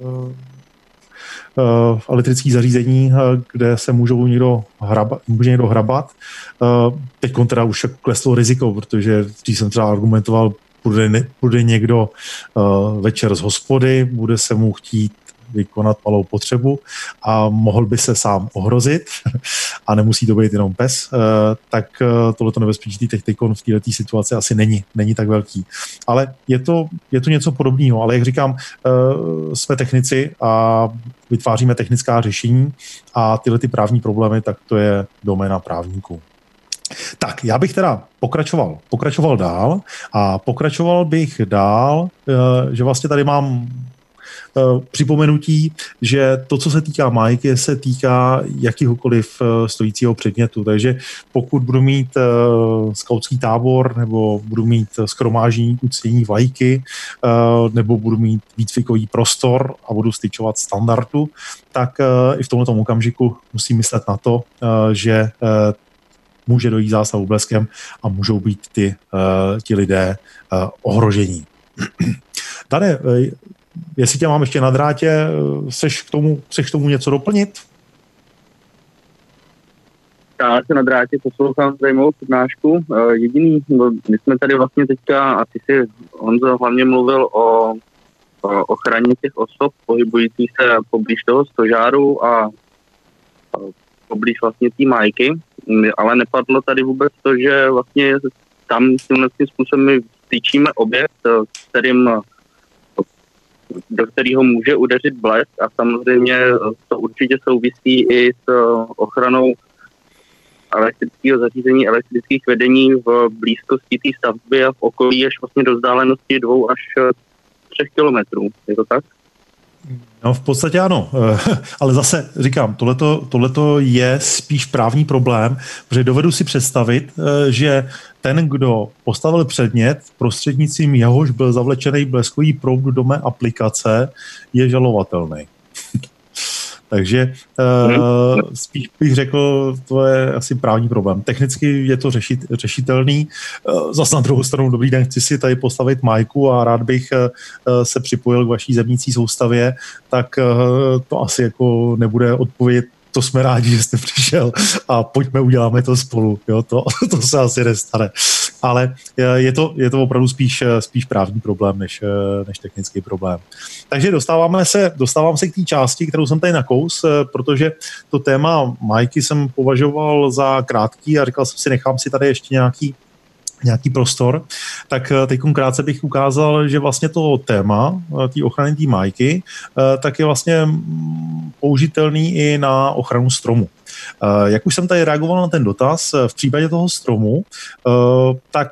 Uh, elektrické zařízení, uh, kde se můžou někdo hrabat, může někdo hrabat. Uh, teď teda už kleslo riziko, protože když jsem třeba argumentoval, bude, ne, bude někdo uh, večer z hospody, bude se mu chtít vykonat malou potřebu a mohl by se sám ohrozit a nemusí to být jenom pes, tak tohleto nebezpečí teď v této situaci asi není, není tak velký. Ale je to, je to něco podobného, ale jak říkám, jsme technici a vytváříme technická řešení a tyhle ty právní problémy, tak to je doména právníků. Tak, já bych teda pokračoval, pokračoval dál a pokračoval bych dál, že vlastně tady mám připomenutí, že to, co se týká majky, se týká jakýhokoliv stojícího předmětu. Takže pokud budu mít skautský tábor, nebo budu mít shromáždění k uctění vlajky, nebo budu mít výcvikový prostor a budu styčovat standardu, tak i v tomto okamžiku musím myslet na to, že může dojít zásahu bleskem a můžou být ty, ti lidé ohrožení. Tady jestli tě mám ještě na drátě, seš k tomu, seš k tomu něco doplnit? Já se na drátě poslouchám zajímavou přednášku. Jediný, my jsme tady vlastně teďka, a ty si, Honzo, hlavně mluvil o, o ochraně těch osob pohybujících se poblíž toho stožáru a poblíž vlastně té majky, ale nepadlo tady vůbec to, že vlastně tam tímhle způsobem my tyčíme objekt, kterým do kterého může udeřit blesk a samozřejmě to určitě souvisí i s ochranou elektrického zařízení, elektrických vedení v blízkosti té stavby a v okolí až vlastně do vzdálenosti dvou až třech kilometrů. Je to tak? No v podstatě ano, ale zase říkám, tohleto, tohleto je spíš právní problém, protože dovedu si představit, že ten, kdo postavil předmět, prostřednictvím jehož byl zavlečený bleskový proud do mé aplikace, je žalovatelný. Takže uh, spíš bych řekl, to je asi právní problém. Technicky je to řešit, řešitelný. Uh, zase na druhou stranu, dobrý den, chci si tady postavit majku a rád bych uh, se připojil k vaší zemnící soustavě, tak uh, to asi jako nebude odpovědět. To jsme rádi, že jste přišel a pojďme, uděláme to spolu. Jo, to, to se asi nestane. Ale je to, je to opravdu spíš, spíš právní problém, než, než technický problém. Takže dostáváme se, dostávám se k té části, kterou jsem tady nakous, protože to téma majky jsem považoval za krátký a říkal jsem si, nechám si tady ještě nějaký nějaký prostor, tak teď krátce bych ukázal, že vlastně to téma té ochrany té majky, tak je vlastně použitelný i na ochranu stromu. Jak už jsem tady reagoval na ten dotaz, v případě toho stromu, tak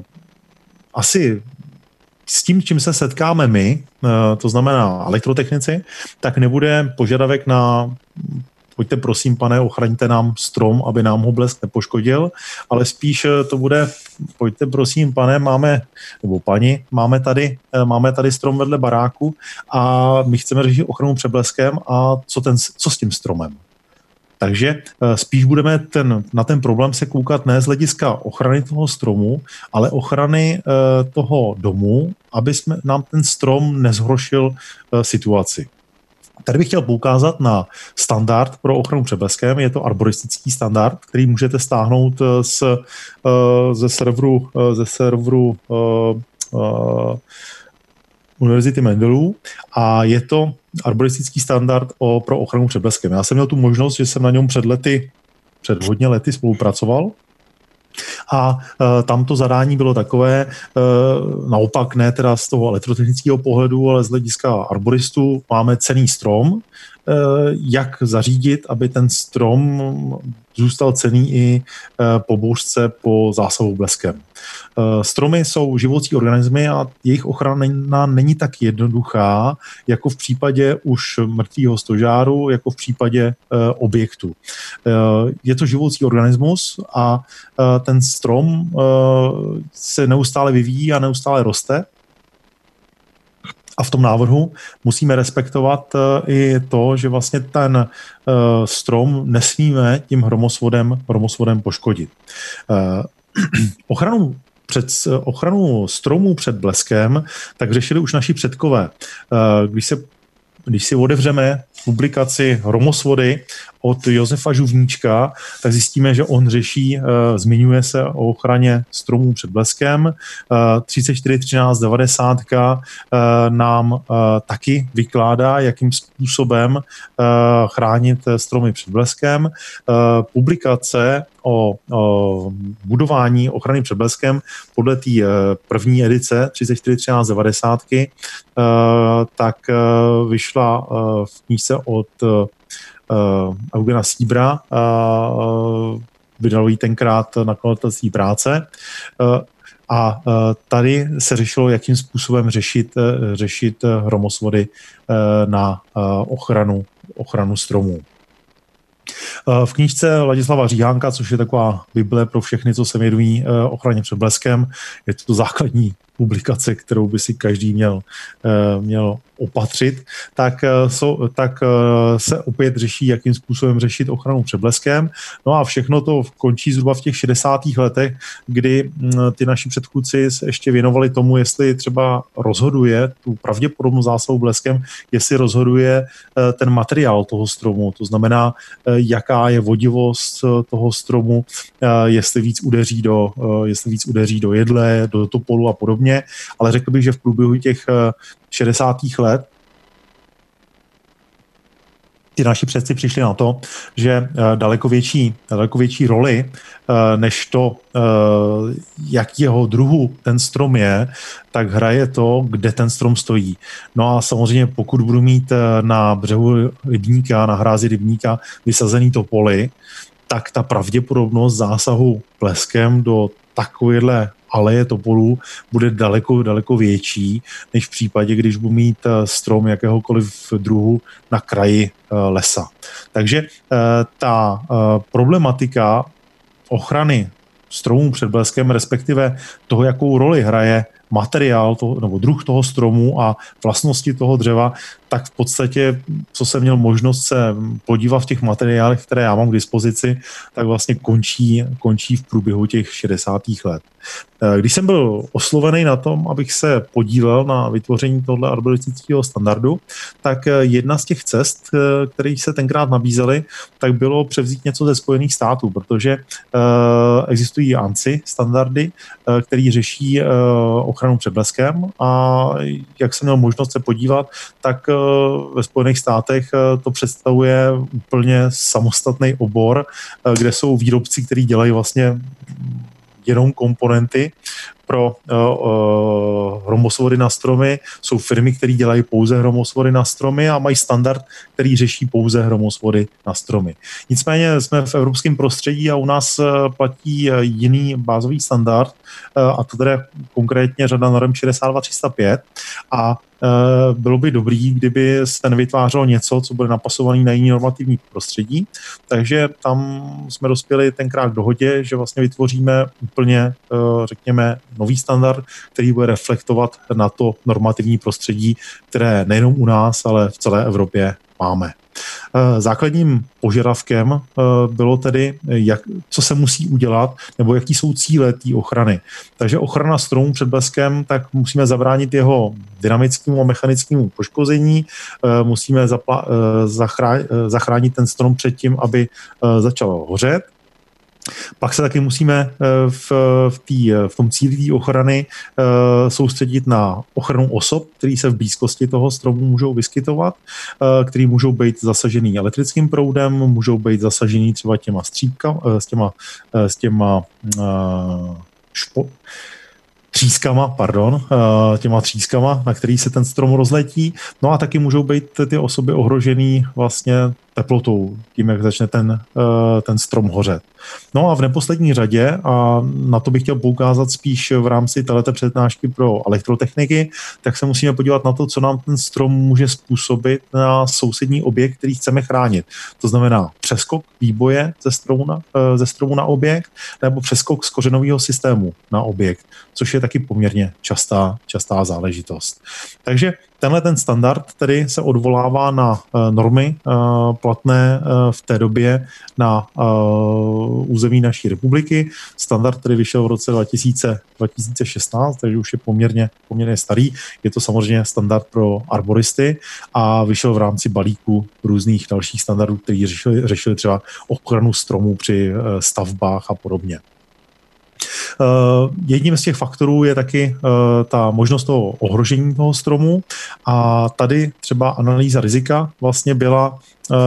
asi s tím, čím se setkáme my, to znamená elektrotechnici, tak nebude požadavek na pojďte prosím, pane, ochraňte nám strom, aby nám ho blesk nepoškodil, ale spíš to bude, pojďte prosím, pane, máme, nebo paní, máme tady, máme tady strom vedle baráku a my chceme řešit ochranu před bleskem a co, ten, co s tím stromem. Takže spíš budeme ten, na ten problém se koukat ne z hlediska ochrany toho stromu, ale ochrany toho domu, aby jsme, nám ten strom nezhoršil situaci. Tady bych chtěl poukázat na standard pro ochranu před bleskem. Je to arboristický standard, který můžete stáhnout z, ze serveru, ze serveru Univerzity Mendelů a je to arboristický standard o, pro ochranu před bleskem. Já jsem měl tu možnost, že jsem na něm před lety, před hodně lety spolupracoval a e, tam to zadání bylo takové, e, naopak ne teda z toho elektrotechnického pohledu, ale z hlediska arboristů máme cenný strom, e, jak zařídit, aby ten strom zůstal cenný i po bouřce, po zásahu bleskem. Stromy jsou živoucí organismy a jejich ochrana není tak jednoduchá, jako v případě už mrtvého stožáru, jako v případě objektu. Je to živoucí organismus a ten strom se neustále vyvíjí a neustále roste. A v tom návrhu musíme respektovat i to, že vlastně ten strom nesmíme tím hromosvodem, hromosvodem poškodit. Ochranu před ochranu stromů před bleskem tak řešili už naši předkové. Když se Když si otevřeme publikaci Hromosvody od Josefa Žuvníčka, tak zjistíme, že on řeší, zmiňuje se o ochraně stromů před bleskem. třicet čtyři třináct devadesát nám taky vykládá, jakým způsobem chránit stromy před bleskem. Publikace o, o budování ochrany před bleskem podle té první edice třicet čtyři třináct devadesát tak vyšla v knížce od Eugena Stibra, vydal ji tenkrát nakladatelství Práce. A tady se řešilo, jakým způsobem řešit, řešit hromosvody na ochranu, ochranu stromů. V knížce Ladislava Říhánka, což je taková bible pro všechny, co se věnují ochraně před bleskem, je to základní publikace, kterou by si každý měl, měl opatřit, tak, tak se opět řeší, jakým způsobem řešit ochranu před bleskem. No a všechno to končí zhruba v těch šedesátých letech, kdy ty naši předchůdci se ještě věnovali tomu, jestli třeba rozhoduje tu pravděpodobnou zásahu bleskem, jestli rozhoduje ten materiál toho stromu, to znamená, jaká je vodivost toho stromu, jestli víc udeří do, jestli víc udeří do jedle, do topolu a podobně, ale řekl bych, že v průběhu těch šedesátých let ty naši předci přišli na to, že daleko větší, daleko větší roli než to, jakého druhu ten strom je, tak hraje to, kde ten strom stojí. No a samozřejmě pokud budu mít na břehu rybníka, na hrázi rybníka vysazený topoly, tak ta pravděpodobnost zásahu bleskem do takovéhle aleje topolů bude daleko, daleko větší, než v případě, když budu mít strom jakéhokoliv druhu na kraji lesa. Takže ta problematika ochrany stromů před bleskem, respektive toho, jakou roli hraje materiál toho, nebo druh toho stromu a vlastnosti toho dřeva, tak v podstatě, co jsem měl možnost se podívat v těch materiálech, které já mám k dispozici, tak vlastně končí, končí v průběhu těch šedesátých let. Když jsem byl oslovený na tom, abych se podílel na vytvoření tohle arboristického standardu, tak jedna z těch cest, které se tenkrát nabízely, tak bylo převzít něco ze Spojených států, protože existují ANSI standardy, které řeší ochranu před bleskem a jak jsem měl možnost se podívat, tak ve Spojených státech to představuje úplně samostatný obor, kde jsou výrobci, kteří dělají vlastně jenom komponenty pro uh, uh, hromosvody na stromy. Jsou firmy, které dělají pouze hromosvody na stromy a mají standard, který řeší pouze hromosvody na stromy. Nicméně jsme v evropském prostředí a u nás uh, platí uh, jiný bázový standard, uh, a to tedy konkrétně řada norem šedesát dva tři sta pět a Uh, bylo by dobrý, kdyby se nevytvářelo něco, co bude napasované na jiný normativní prostředí. Takže tam jsme dospěli tenkrát k dohodě, že vlastně vytvoříme úplně, uh, řekněme, nový standard, který bude reflektovat na to normativní prostředí, které nejenom u nás, ale v celé Evropě máme. Základním požadavkem bylo tedy, jak, co se musí udělat, nebo jaký jsou cíle té ochrany. Takže ochrana stromů před bleskem, tak musíme zabránit jeho dynamickému a mechanickému poškození, musíme zapla- zachránit ten strom před tím, aby začal hořet. Pak se taky musíme v, v, tý, v tom cíli té ochrany soustředit na ochranu osob, které se v blízkosti toho stromu můžou vyskytovat, který můžou být zasažený elektrickým proudem, můžou být zasažený třeba těma střípkama, s těma, s těma špo, třískama, pardon, těma třískama, na který se ten strom rozletí. No a taky můžou být ty osoby ohrožený vlastně teplotou, tím, jak začne ten, ten strom hořet. No a v neposlední řadě, a na to bych chtěl poukázat spíš v rámci této přednášky pro elektrotechniky, tak se musíme podívat na to, co nám ten strom může způsobit na sousední objekt, který chceme chránit. To znamená přeskok výboje ze stromu na, ze stromu na objekt nebo přeskok z kořenového systému na objekt, což je taky poměrně častá, častá záležitost. Takže tenhle ten standard tedy se odvolává na normy platné v té době na území naší republiky. Standard tedy vyšel v roce dva tisíce, dva tisíce šestnáct, takže už je poměrně, poměrně starý. Je to samozřejmě standard pro arboristy a vyšel v rámci balíku různých dalších standardů, který řešili, řešili třeba ochranu stromů při stavbách a podobně. Uh, jedním z těch faktorů je taky uh, ta možnost toho ohrožení toho stromu a tady třeba analýza rizika vlastně byla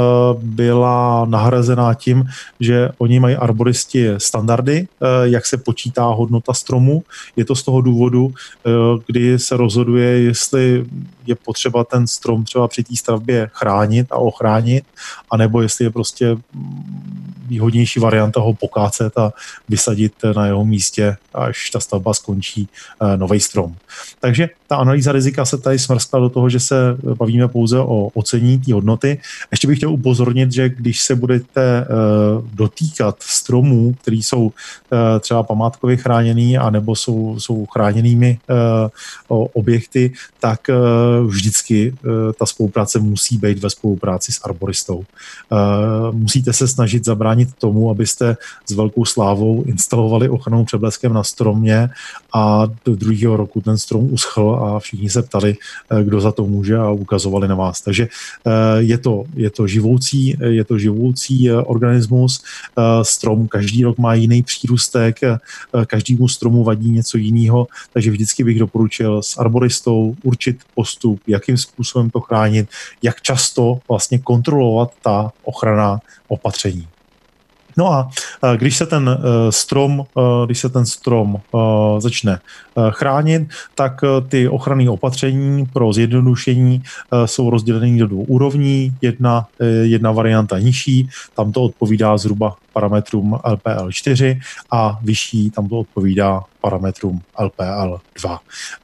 byla nahrazená tím, že oni mají arboristi standardy, jak se počítá hodnota stromu. Je to z toho důvodu, kdy se rozhoduje, jestli je potřeba ten strom třeba při té stavbě chránit a ochránit, anebo jestli je prostě výhodnější varianta ho pokácet a vysadit na jeho místě, až ta stavba skončí, nový strom. Takže ta analýza rizika se tady smrskla do toho, že se bavíme pouze o ocení té hodnoty. Ještě bych chtěl upozornit, že když se budete uh, dotýkat stromů, které jsou uh, třeba památkově chráněný a nebo jsou, jsou chráněnými uh, objekty, tak uh, vždycky uh, ta spolupráce musí být ve spolupráci s arboristou. Uh, musíte se snažit zabránit tomu, abyste s velkou slávou instalovali ochrannou přebleskem na stromě a do druhého roku ten strom uschl a všichni se ptali, kdo za to může a ukazovali na vás. Takže je to, je to živoucí, je to živoucí organismus. Strom každý rok má jiný přírůstek, každému stromu vadí něco jiného, takže vždycky bych doporučil s arboristou určit postup, jakým způsobem to chránit, jak často vlastně kontrolovat ta ochranná opatření. No a když se ten strom, když se ten strom začne chránit, tak ty ochranné opatření pro zjednodušení jsou rozděleny do dvou úrovní. Jedna, jedna varianta nižší, tam to odpovídá zhruba parametrům L P L čtyři a vyšší, tam to odpovídá parametrům L P L dva.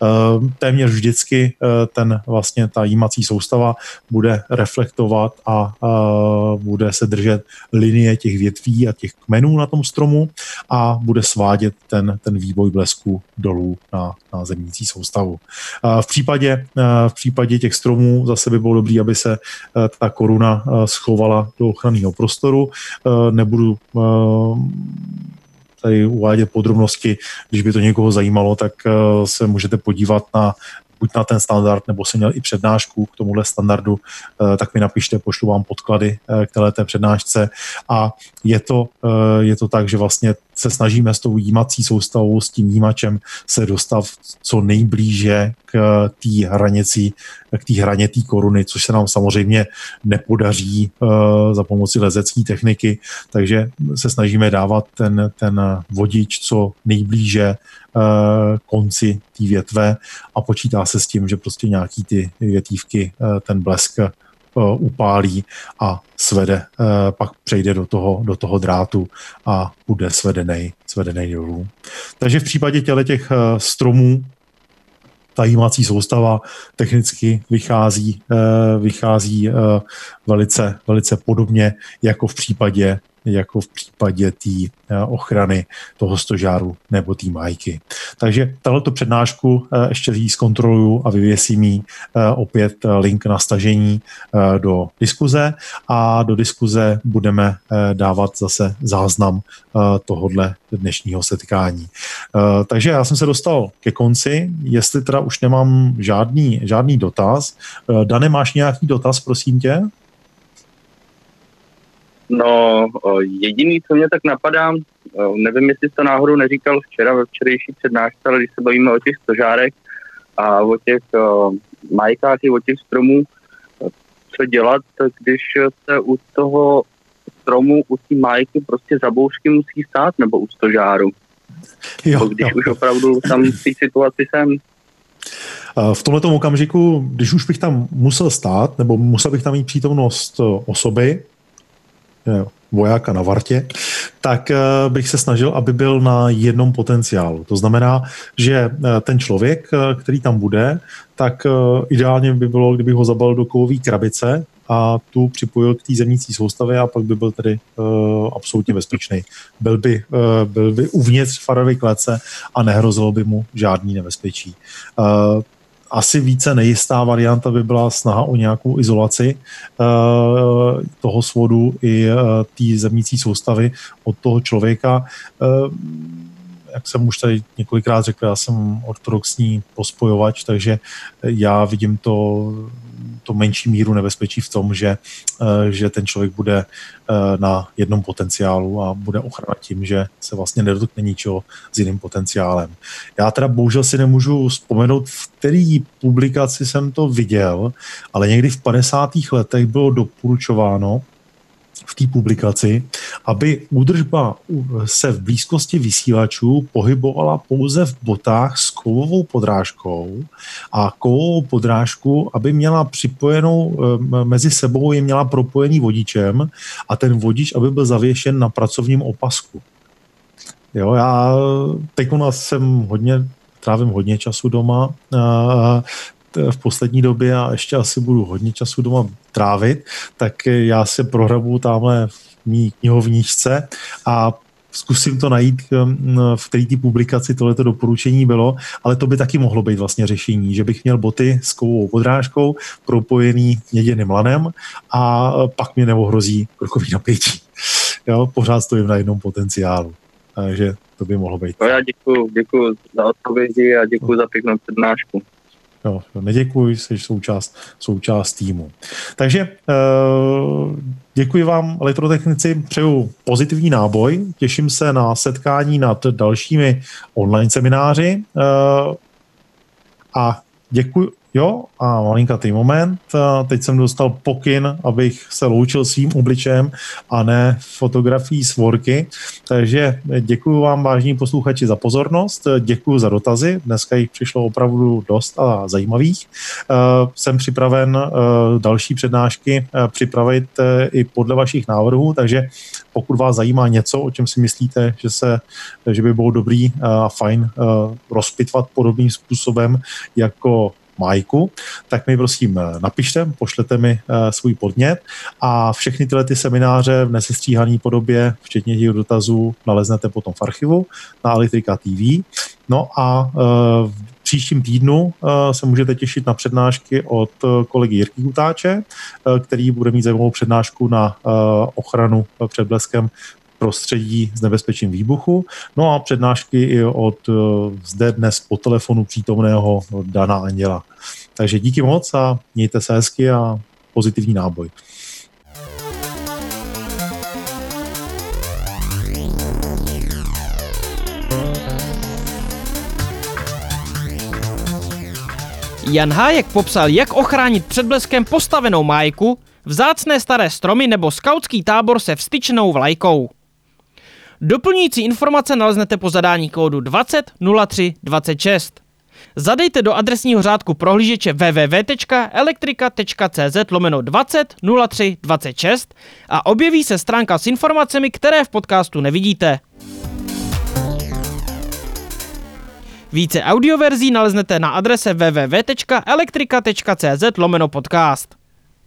Téměř vždycky ten vlastně ta jímací soustava bude reflektovat a bude se držet linie těch větví a těch kmenů na tom stromu a bude svádět ten, ten vývoj blesku dolů na, na zemnící soustavu. V případě, v případě těch stromů zase by bylo dobré, aby se ta koruna schovala do ochranného prostoru. Nebudu tady uvádět podrobnosti, když by to někoho zajímalo, tak se můžete podívat na buď na ten standard, nebo jsem měl i přednášku k tomuhle standardu, tak mi napište, pošlu vám podklady k této přednášce. A je to, je to tak, že vlastně se snažíme s tou jímací soustavou, s tím jímačem se dostat co nejblíže k té hranici, k té hraně té koruny, což se nám samozřejmě nepodaří za pomoci lezecké techniky, takže se snažíme dávat ten, ten vodič co nejblíže konci té větve a počítá se s tím, že prostě nějaký ty větívky ten blesk upálí a svede, pak přejde do toho, do toho drátu a bude svedenej, svedenej dolů. Takže v případě těch stromů ta jímací soustava technicky vychází, vychází velice, velice podobně jako v případě jako v případě té ochrany toho stožáru nebo té májky. Takže tato přednášku ještě jí zkontroluju a vyvěsím jí opět link na stažení do diskuze a do diskuze budeme dávat zase záznam tohodle dnešního setkání. Takže já jsem se dostal ke konci, jestli teda už nemám žádný, žádný dotaz. Dane, máš nějaký dotaz, prosím tě? No, jediný, co mě tak napadá, nevím, jestli to náhodou neříkal včera ve včerejší přednášce, ale když se bavíme o těch stožárech a o těch uh, majkách i o těch stromů, co dělat, když se u toho stromu, u té majky prostě za bouřky musí stát, nebo u stožáru. Jo, když jo. už opravdu tam v té situaci jsem. V tomto okamžiku, když už bych tam musel stát, nebo musel bych tam mít přítomnost osoby, vojáka na vartě, tak bych se snažil, aby byl na jednom potenciálu. To znamená, že ten člověk, který tam bude, tak ideálně by bylo, kdybych ho zabalil do kovové krabice a tu připojil k té zemnící soustavě a pak by byl tedy uh, absolutně bezpečný. Byl by, uh, byl by uvnitř farové klece a nehrozilo by mu žádný nebezpečí. Uh, Asi více nejistá varianta by byla snaha o nějakou izolaci uh, toho svodu i uh, té zemnící soustavy od toho člověka. Uh, jak jsem už tady několikrát řekl, já jsem ortodoxní pospojovač, takže já vidím to, to menší míru nebezpečí v tom, že, že ten člověk bude na jednom potenciálu a bude ochrana tím, že se vlastně nedotkne ničeho s jiným potenciálem. Já teda bohužel si nemůžu vzpomenout, v který publikaci jsem to viděl, ale někdy v padesátých letech bylo doporučováno v té publikaci, aby údržba se v blízkosti vysílačů pohybovala pouze v botách s kovovou podrážkou a kovovou podrážku, aby měla připojenou mezi sebou, je měla propojený vodičem a ten vodič, aby byl zavěšen na pracovním opasku. Jo, já teď u nás jsem hodně, trávím hodně času doma, v poslední době a ještě asi budu hodně času doma trávit, tak já se prohrabu tamhle v mý knihovníčce a zkusím to najít, v které té publikaci tohleto doporučení bylo, ale to by taky mohlo být vlastně řešení, že bych měl boty s kovovou podrážkou propojený měděným lanem a pak mě neohrozí krokový napětí. Jo, pořád stojím na jednom potenciálu, takže to by mohlo být. No já děkuju, děkuju za odpovědi a děkuju no. za pěknou přednášku. Jo, neděkuji, jsi součást, součást týmu. Takže děkuji vám, elektrotechnici, přeju pozitivní náboj, těším se na setkání nad dalšími online semináři a děkuji. Jo, a malinkatý moment. Teď jsem dostal pokyn, abych se loučil svým obličejem a ne fotografií z worky. Takže děkuji vám, vážní posluchači, za pozornost. Děkuji za dotazy. Dneska jich přišlo opravdu dost a zajímavých. Jsem připraven další přednášky připravit i podle vašich návrhů, takže pokud vás zajímá něco, o čem si myslíte, že, se, že by bylo dobrý a fajn rozpitvat podobným způsobem jako Majku, tak mi prosím napište, pošlete mi uh, svůj podnět a všechny tyhle ty semináře v nesestříhané podobě, včetně těch dotazů, naleznete potom v archivu na Elektrika T V. No a uh, v příštím týdnu uh, se můžete těšit na přednášky od uh, kolegy Jirky Kutáče, uh, který bude mít zajímavou přednášku na uh, ochranu před bleskem prostředí s nebezpečím výbuchu. No a přednášky i od uh, zde dnes po telefonu přítomného Dana Anděla. Takže díky moc a mějte se hezky a pozitivní náboj. Jan Hájek popsal, jak ochránit před bleskem postavenou májku, vzácné staré stromy nebo skautský tábor se vstyčenou vlajkou. Doplňující informace naleznete po zadání kódu dvacet nula tři dvacet šest. Zadejte do adresního řádku prohlížeče w w w tečka elektrika tečka c z lomeno dvacet nula tři dvacet šest a objeví se stránka s informacemi, které v podcastu nevidíte. Více audioverzí naleznete na adrese w w w tečka elektrika tečka c z lomeno podcast.